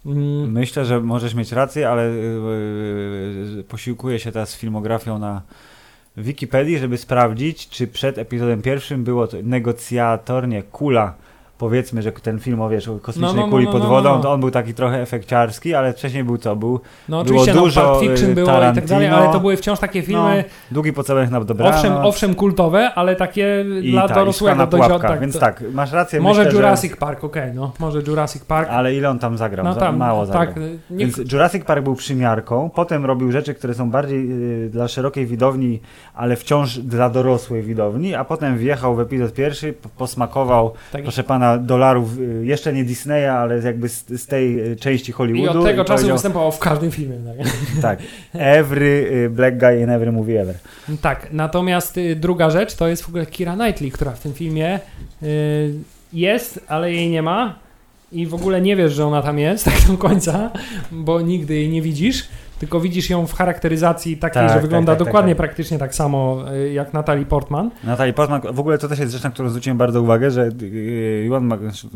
Speaker 1: Mm.
Speaker 2: Myślę, że możesz mieć rację, ale yy, posiłkuję się teraz filmografią na Wikipedii, żeby sprawdzić, czy przed epizodem pierwszym było to negocjator, nie, Kula. Powiedzmy, że ten film o, wiesz, o kosmicznej
Speaker 1: no, no,
Speaker 2: kuli
Speaker 1: no,
Speaker 2: pod
Speaker 1: no,
Speaker 2: wodą,
Speaker 1: no, no.
Speaker 2: to on był taki trochę efekciarski, ale wcześniej był co? Był,
Speaker 1: no
Speaker 2: było
Speaker 1: oczywiście,
Speaker 2: dużo
Speaker 1: no, Pulp Fiction było
Speaker 2: Tarantino,
Speaker 1: i tak dalej, ale to były wciąż takie filmy,
Speaker 2: no, Długi pocałunek na dobranoc.
Speaker 1: Owszem, owszem kultowe, ale takie
Speaker 2: I
Speaker 1: dla
Speaker 2: ta,
Speaker 1: dorosłego
Speaker 2: dojrzałego.
Speaker 1: Tak,
Speaker 2: więc
Speaker 1: to,
Speaker 2: tak, masz rację.
Speaker 1: Może
Speaker 2: myślę,
Speaker 1: Jurassic
Speaker 2: że...
Speaker 1: Park, okej, okay, no, może Jurassic Park.
Speaker 2: Ale ile on tam zagrał?
Speaker 1: No tam,
Speaker 2: Mało zagrał.
Speaker 1: Tak, nie...
Speaker 2: Więc Jurassic Park był przymiarką, potem robił rzeczy, które są bardziej y, dla szerokiej widowni, ale wciąż dla dorosłej widowni, a potem wjechał w epizod pierwszy, posmakował, tak. proszę pana, dolarów, y, jeszcze nie Disneya, ale jakby z, z tej y, części Hollywoodu.
Speaker 1: I od tego
Speaker 2: i
Speaker 1: czasu
Speaker 2: powiedział,
Speaker 1: występował w każdym filmie. Tak,
Speaker 2: tak. Every y, black guy in every movie ever.
Speaker 1: Tak, natomiast y, druga rzecz to jest w ogóle Keira Knightley, która w tym filmie y, jest, ale jej nie ma i w ogóle nie wiesz, że ona tam jest tak do końca, bo nigdy jej nie widzisz, tylko widzisz ją w charakteryzacji takiej,
Speaker 2: tak,
Speaker 1: że wygląda
Speaker 2: tak, tak,
Speaker 1: dokładnie
Speaker 2: tak, tak.
Speaker 1: praktycznie tak samo y, jak Natalie Portman.
Speaker 2: Natalie Portman, w ogóle to też jest rzecz, na którą zwróciłem bardzo uwagę, że Iwan,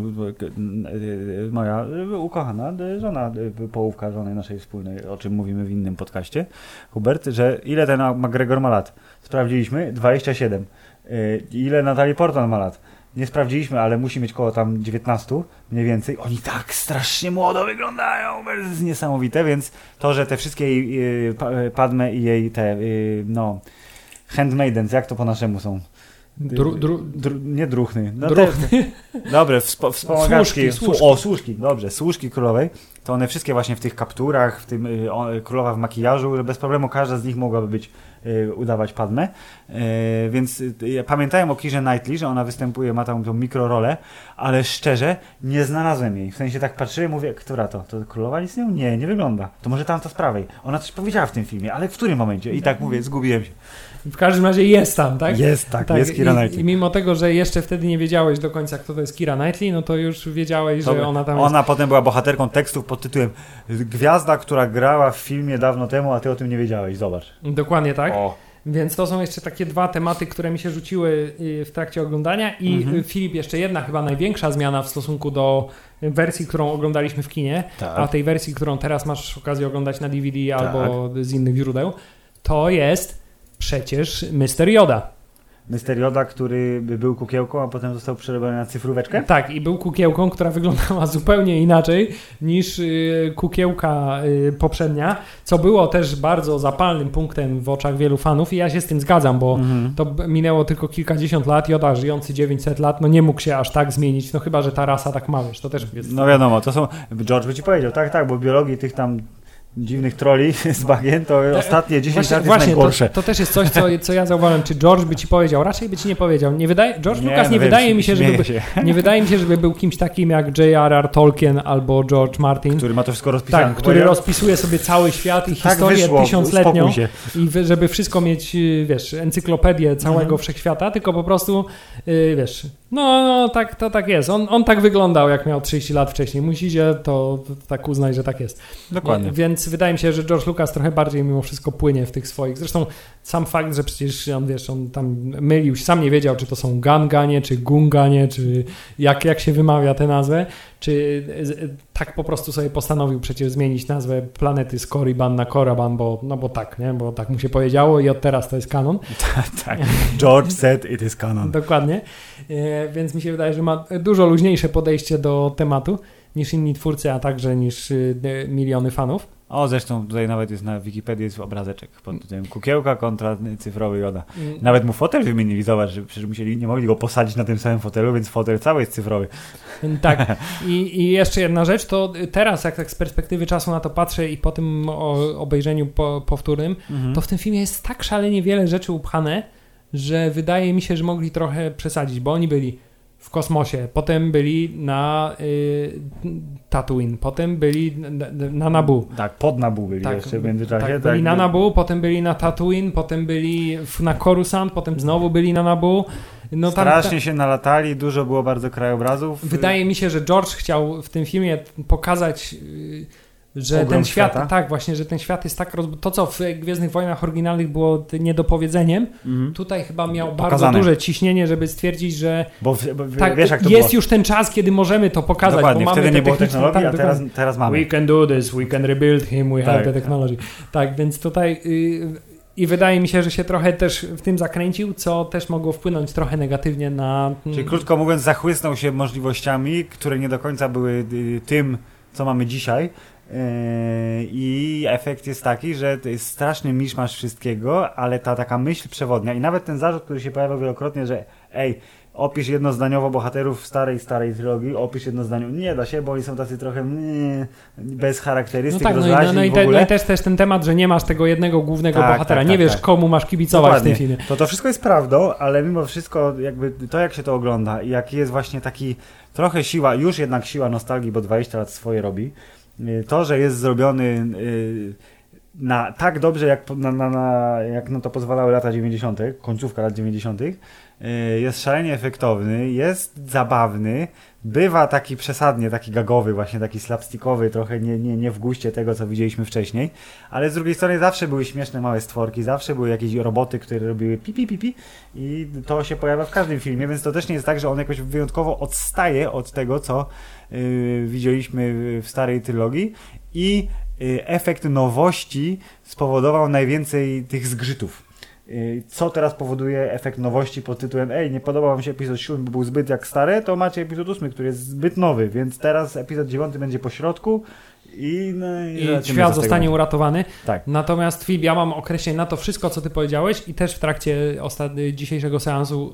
Speaker 2: moja ukochana żona, połówka żony naszej wspólnej, o czym mówimy w innym podcaście, Hubert, że ile ten McGregor ma lat? Sprawdziliśmy, dwadzieścia siedem. Ile Natalie Portman ma lat? Nie sprawdziliśmy, ale musi mieć koło tam dziewiętnaście mniej więcej. Oni tak strasznie młodo wyglądają, to jest niesamowite, więc to, że te wszystkie y, Padme i jej te, y, no, handmaidens, jak to po naszemu są?
Speaker 1: Dru, dru,
Speaker 2: dru, nie druchny. No
Speaker 1: druchny.
Speaker 2: Te, dobre, wspo, wspomagaczki.
Speaker 1: Służki, służki.
Speaker 2: O, służki, dobrze, służki królowej. To one wszystkie właśnie w tych kapturach, w tym y, o, królowa w makijażu, że bez problemu każda z nich mogłaby być y, udawać Padmę. Y, więc y, pamiętałem o Keirze Knightley, że ona występuje, ma tam tą mikrorolę, ale szczerze nie znalazłem jej. W sensie tak patrzyłem, mówię, która to? To królowa nic z nią? Nie, nie wygląda. To może tamta z prawej. Ona coś powiedziała w tym filmie, ale w którym momencie? I tak mówię, zgubiłem się.
Speaker 1: W każdym razie jest tam, tak?
Speaker 2: Jest, tak, tak jest Keira Knightley.
Speaker 1: I, I mimo tego, że jeszcze wtedy nie wiedziałeś do końca, kto to jest Keira Knightley, no to już wiedziałeś, to że ona tam
Speaker 2: Ona
Speaker 1: jest.
Speaker 2: potem była bohaterką tekstów pod tytułem Gwiazda, która grała w filmie dawno temu, a ty o tym nie wiedziałeś. Zobacz.
Speaker 1: Dokładnie tak.
Speaker 2: O.
Speaker 1: Więc to są jeszcze takie dwa tematy, które mi się rzuciły w trakcie oglądania i mhm. Filip, jeszcze jedna chyba największa zmiana w stosunku do wersji, którą oglądaliśmy w kinie, tak. a tej wersji, którą teraz masz okazję oglądać na D V D tak. albo z innych źródeł, to jest przecież mister Yoda.
Speaker 2: mister Yoda, który był kukiełką, a potem został przerobiony na cyfróweczkę?
Speaker 1: Tak, i był kukiełką, która wyglądała zupełnie inaczej niż y, kukiełka y, poprzednia, co było też bardzo zapalnym punktem w oczach wielu fanów i ja się z tym zgadzam, bo mhm. to minęło tylko kilkadziesiąt lat, Yoda żyjący dziewięćset lat, no nie mógł się aż tak zmienić, no chyba, że ta rasa tak ma, wiesz, to też jest...
Speaker 2: No wiadomo, to są, George by ci powiedział, tak, tak, bo biologii tych tam dziwnych troli z bagien, to te, ostatnie dziesięć właśnie, lat jest
Speaker 1: właśnie,
Speaker 2: najgorsze.
Speaker 1: To, to też jest coś, co, co ja zauważyłem. Czy George by ci powiedział? Raczej by ci nie powiedział. Nie wydaje, George
Speaker 2: nie,
Speaker 1: Lucas
Speaker 2: no
Speaker 1: nie,
Speaker 2: wiem,
Speaker 1: wydaje mi się, żeby,
Speaker 2: się.
Speaker 1: nie wydaje mi się, żeby był kimś takim jak J R R Tolkien albo George Martin.
Speaker 2: Który ma to wszystko rozpisane.
Speaker 1: Tak, który rozpisuje sobie cały świat i tak historię wyszło, tysiącletnią i żeby wszystko mieć, wiesz, encyklopedię całego mhm. wszechświata, tylko po prostu, wiesz, no, no tak, to tak jest. On, on tak wyglądał, jak miał trzydzieści lat wcześniej. Musicie to, to tak uznać, że tak jest.
Speaker 2: Dokładnie.
Speaker 1: Więc wydaje mi się, że George Lucas trochę bardziej mimo wszystko płynie w tych swoich. Zresztą sam fakt, że przecież on, wiesz, on tam mylił się, sam nie wiedział, czy to są Ganganie, czy Gunganie, czy jak, jak się wymawia tę nazwę, czy tak po prostu sobie postanowił przecież zmienić nazwę planety z Korriban na Korraban, bo, no bo tak, nie? Bo tak mu się powiedziało i od teraz to jest kanon.
Speaker 2: Tak, George said it is canon.
Speaker 1: Dokładnie, e, więc mi się wydaje, że ma dużo luźniejsze podejście do tematu niż inni twórcy, a także niż y, miliony fanów.
Speaker 2: O, zresztą tutaj nawet jest na Wikipedii jest obrazeczek pod tytułem Kukiełka kontra cyfrowy Yoda. Nawet mu fotel wymienili, zobacz, że przecież musieli, nie mogli go posadzić na tym samym fotelu, więc fotel cały jest cyfrowy.
Speaker 1: Tak. I, i jeszcze jedna rzecz, to teraz jak tak z perspektywy czasu na to patrzę i po tym obejrzeniu po, powtórnym, mhm. to w tym filmie jest tak szalenie wiele rzeczy upchane, że wydaje mi się, że mogli trochę przesadzić, bo oni byli w kosmosie, potem byli na y, Tatooine, potem byli na, na Naboo.
Speaker 2: Tak, pod Naboo byli tak, jeszcze w międzyczasie.
Speaker 1: Tak,
Speaker 2: tak,
Speaker 1: byli na Naboo, potem byli na Tatooine, potem byli w, na Coruscant, potem znowu byli na Naboo. No, tam,
Speaker 2: Strasznie
Speaker 1: tam,
Speaker 2: się nalatali, dużo było bardzo krajobrazów.
Speaker 1: Wydaje mi się, że George chciał w tym filmie pokazać, że
Speaker 2: Ogrom
Speaker 1: ten świat,
Speaker 2: świata.
Speaker 1: tak właśnie, że ten świat jest tak roz... to co w Gwiezdnych Wojnach oryginalnych było niedopowiedzeniem, mhm. tutaj chyba miał
Speaker 2: Pokazane.
Speaker 1: bardzo duże ciśnienie, żeby stwierdzić, że
Speaker 2: bo, bo,
Speaker 1: tak,
Speaker 2: wiesz, jak to
Speaker 1: jest
Speaker 2: było.
Speaker 1: już ten czas, kiedy możemy to pokazać.
Speaker 2: Dokładnie,
Speaker 1: bo mamy
Speaker 2: wtedy nie było
Speaker 1: techniczne,
Speaker 2: technologii,
Speaker 1: tak,
Speaker 2: a teraz, teraz mamy.
Speaker 1: We can do this, we can rebuild him, we
Speaker 2: tak.
Speaker 1: have the technology. Tak, więc tutaj yy, i wydaje mi się, że się trochę też w tym zakręcił, co też mogło wpłynąć trochę negatywnie na...
Speaker 2: Czyli krótko mówiąc, zachłysnął się możliwościami, które nie do końca były y, tym, co mamy dzisiaj. I efekt jest taki, że to jest straszny miszmasz wszystkiego, ale ta taka myśl przewodnia i nawet ten zarzut, który się pojawiał wielokrotnie, że ej, opisz jednozdaniowo bohaterów starej, starej trylogii, opisz jednozdaniowo, nie da się, bo oni są tacy trochę mm, bez charakterystyk,
Speaker 1: no tak,
Speaker 2: rozraźni
Speaker 1: no i, no, i
Speaker 2: w ogóle.
Speaker 1: No i też, też ten temat, że nie masz tego jednego głównego
Speaker 2: tak,
Speaker 1: bohatera,
Speaker 2: tak,
Speaker 1: nie
Speaker 2: tak,
Speaker 1: wiesz
Speaker 2: tak.
Speaker 1: komu masz kibicować
Speaker 2: Dokładnie.
Speaker 1: w tym filmie.
Speaker 2: To to wszystko jest prawdą, ale mimo wszystko jakby to, jak się to ogląda i jaki jest właśnie taki trochę siła, już jednak siła nostalgii, bo dwadzieścia lat swoje robi, to, że jest zrobiony na tak dobrze, jak na, na, na, jak na to pozwalały lata dziewięćdziesiąte, końcówka lat dziewięćdziesiątych, jest szalenie efektowny, jest zabawny, bywa taki przesadnie, taki gagowy, właśnie taki slapstickowy, trochę nie, nie, nie w guście tego, co widzieliśmy wcześniej, ale z drugiej strony zawsze były śmieszne małe stworki, zawsze były jakieś roboty, które robiły pi, pi, pi, pi i to się pojawia w każdym filmie, więc to też nie jest tak, że on jakoś wyjątkowo odstaje od tego, co yy, widzieliśmy w starej trylogii i yy, efekt nowości spowodował najwięcej tych zgrzytów. Co teraz powoduje efekt nowości pod tytułem ej, nie podobał wam się epizod siódmy, bo był zbyt jak stary, to macie epizod ósmy, który jest zbyt nowy, więc teraz epizod dziewiąty będzie po środku i, no, i,
Speaker 1: I świat zostanie
Speaker 2: tego.
Speaker 1: uratowany.
Speaker 2: Tak.
Speaker 1: Natomiast Filip, ja mam określenie na to wszystko, co ty powiedziałeś i też w trakcie ostat- dzisiejszego seansu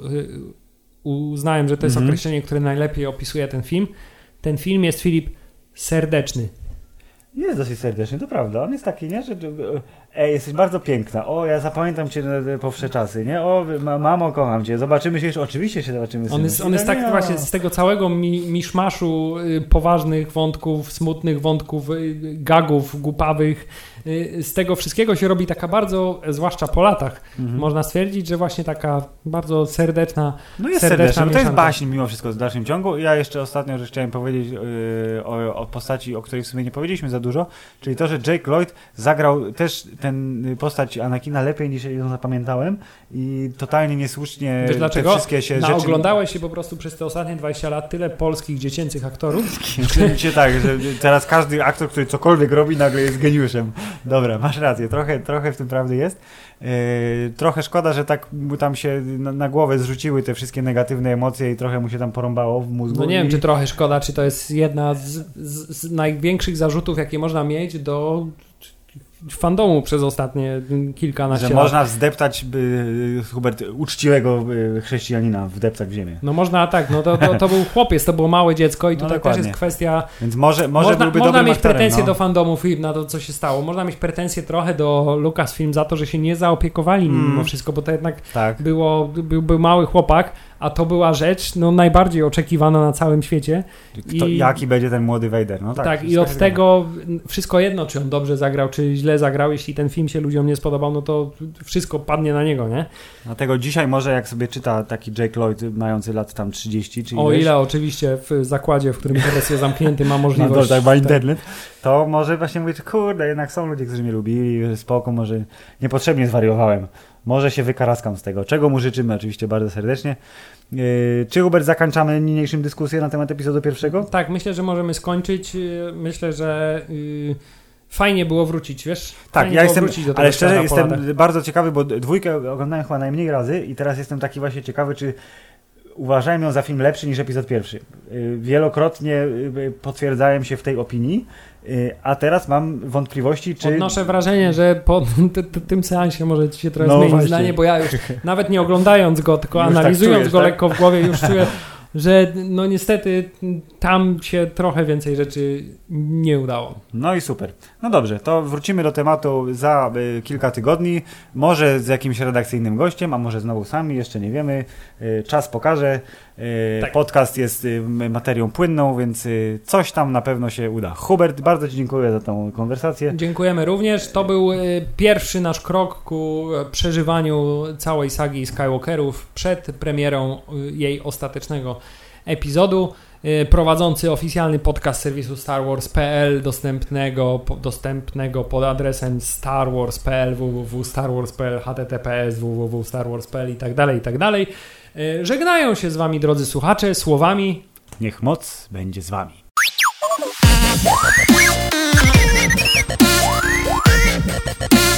Speaker 1: uznałem, że to jest mhm. określenie, które najlepiej opisuje ten film. Ten film jest, Filip, serdeczny.
Speaker 2: Jest dosyć serdeczny, to prawda. On jest taki, nie, że ej, jesteś bardzo piękna, o, ja zapamiętam cię po wsze czasy, nie, o, mamo, kocham cię, zobaczymy się jeszcze, oczywiście się zobaczymy.
Speaker 1: On jest, on jest tak właśnie z tego całego mi, miszmaszu y, poważnych wątków, smutnych wątków, y, gagów, głupawych, y, z tego wszystkiego się robi taka bardzo, zwłaszcza po latach, mhm. można stwierdzić, że właśnie taka bardzo serdeczna
Speaker 2: No jest
Speaker 1: serdeczna
Speaker 2: serdeczna, to jest
Speaker 1: mieszanka.
Speaker 2: baśń mimo wszystko w dalszym ciągu. Ja jeszcze ostatnio rzecz chciałem powiedzieć yy, o, o postaci, o której w sumie nie powiedzieliśmy za dużo, czyli to, że Jake Lloyd zagrał też ten postać Anakina lepiej niż ją zapamiętałem i totalnie niesłusznie
Speaker 1: Wiesz dlaczego?
Speaker 2: te wszystkie się
Speaker 1: Na
Speaker 2: rzeczy...
Speaker 1: oglądałeś się po prostu przez te ostatnie dwadzieścia lat tyle polskich dziecięcych aktorów.
Speaker 2: Cię tak, że teraz każdy aktor, który cokolwiek robi, nagle jest geniuszem. Dobra, masz rację, trochę, trochę w tym prawdy jest. Yy, trochę szkoda, że tak mu tam się na, na głowę zrzuciły te wszystkie negatywne emocje i trochę mu się tam porąbało w mózgu.
Speaker 1: No nie
Speaker 2: i...
Speaker 1: wiem, czy trochę szkoda, czy to jest jedna z, z, z największych zarzutów, jakie można mieć do fandomu przez ostatnie kilkanaście
Speaker 2: że
Speaker 1: lat.
Speaker 2: można wzdeptać, by, Hubert, uczciwego by, chrześcijanina wdeptać w ziemię.
Speaker 1: No można tak, no to, to, to był chłopiec, to było małe dziecko i tutaj no też jest kwestia...
Speaker 2: Więc może, może
Speaker 1: można,
Speaker 2: byłby
Speaker 1: można mieć
Speaker 2: aktorem,
Speaker 1: pretensje
Speaker 2: no.
Speaker 1: do fandomu film na to, co się stało. Można mieć pretensje trochę do Lucasfilm za to, że się nie zaopiekowali nim mm. mimo wszystko, bo to jednak tak. było, był, był mały chłopak, a to była rzecz no, najbardziej oczekiwana na całym świecie.
Speaker 2: Kto, I, jaki będzie ten młody Vader? No tak,
Speaker 1: tak i od tego wszystko jedno, czy on dobrze zagrał, czy źle zagrał. Jeśli ten film się ludziom nie spodobał, no to wszystko padnie na niego, nie?
Speaker 2: Dlatego dzisiaj może jak sobie czyta taki Jake Lloyd mający lat tam trzydzieści, czy
Speaker 1: o
Speaker 2: ileś,
Speaker 1: ile oczywiście w zakładzie, w którym teraz jest zamknięty, ma możliwość...
Speaker 2: No, tak, ma internet, to może właśnie mówić, kurde, jednak są ludzie, którzy mnie lubili, spoko, może niepotrzebnie zwariowałem. Może się wykaraskam z tego, czego mu życzymy oczywiście bardzo serdecznie. Yy, czy Hubert zakończamy niniejszym dyskusję na temat epizodu pierwszego?
Speaker 1: Tak, myślę, że możemy skończyć. Myślę, że yy, fajnie było wrócić, wiesz?
Speaker 2: Tak,
Speaker 1: fajnie
Speaker 2: ja jestem,
Speaker 1: do
Speaker 2: ale szczerze jestem bardzo ciekawy, bo dwójkę oglądałem chyba najmniej razy i teraz jestem taki właśnie ciekawy, czy uważałem ją za film lepszy niż epizod pierwszy. Yy, wielokrotnie yy, potwierdzałem się w tej opinii, yy, a teraz mam wątpliwości, czy...
Speaker 1: Odnoszę wrażenie, że po t- t- tym seansie może ci się trochę
Speaker 2: no
Speaker 1: zmienić
Speaker 2: właśnie.
Speaker 1: zdanie, bo ja już nawet nie oglądając go, tylko
Speaker 2: już
Speaker 1: analizując
Speaker 2: tak czujesz,
Speaker 1: go
Speaker 2: tak?
Speaker 1: lekko w głowie, już czuję, że no niestety tam się trochę więcej rzeczy nie udało.
Speaker 2: No i super. No dobrze, to wrócimy do tematu za y, kilka tygodni, może z jakimś redakcyjnym gościem, a może znowu sami, jeszcze nie wiemy. Y, czas pokaże. Y, tak. Podcast jest y, materią płynną, więc y, coś tam na pewno się uda. Hubert, bardzo ci dziękuję za tą konwersację.
Speaker 1: Dziękujemy również. To był y, pierwszy nasz krok ku przeżywaniu całej sagi Skywalkerów przed premierą y, jej ostatecznego epizodu. prowadzący oficjalny podcast serwisu Star Wars kropka p l, dostępnego, dostępnego pod adresem star wars kropka p l, w w w kropka star wars kropka p l, h t t p s, w w w kropka star wars kropka p l i tak dalej, i tak dalej. Żegnają się z wami, drodzy słuchacze, słowami:
Speaker 2: niech moc będzie z wami.
Speaker 3: We'll be right back.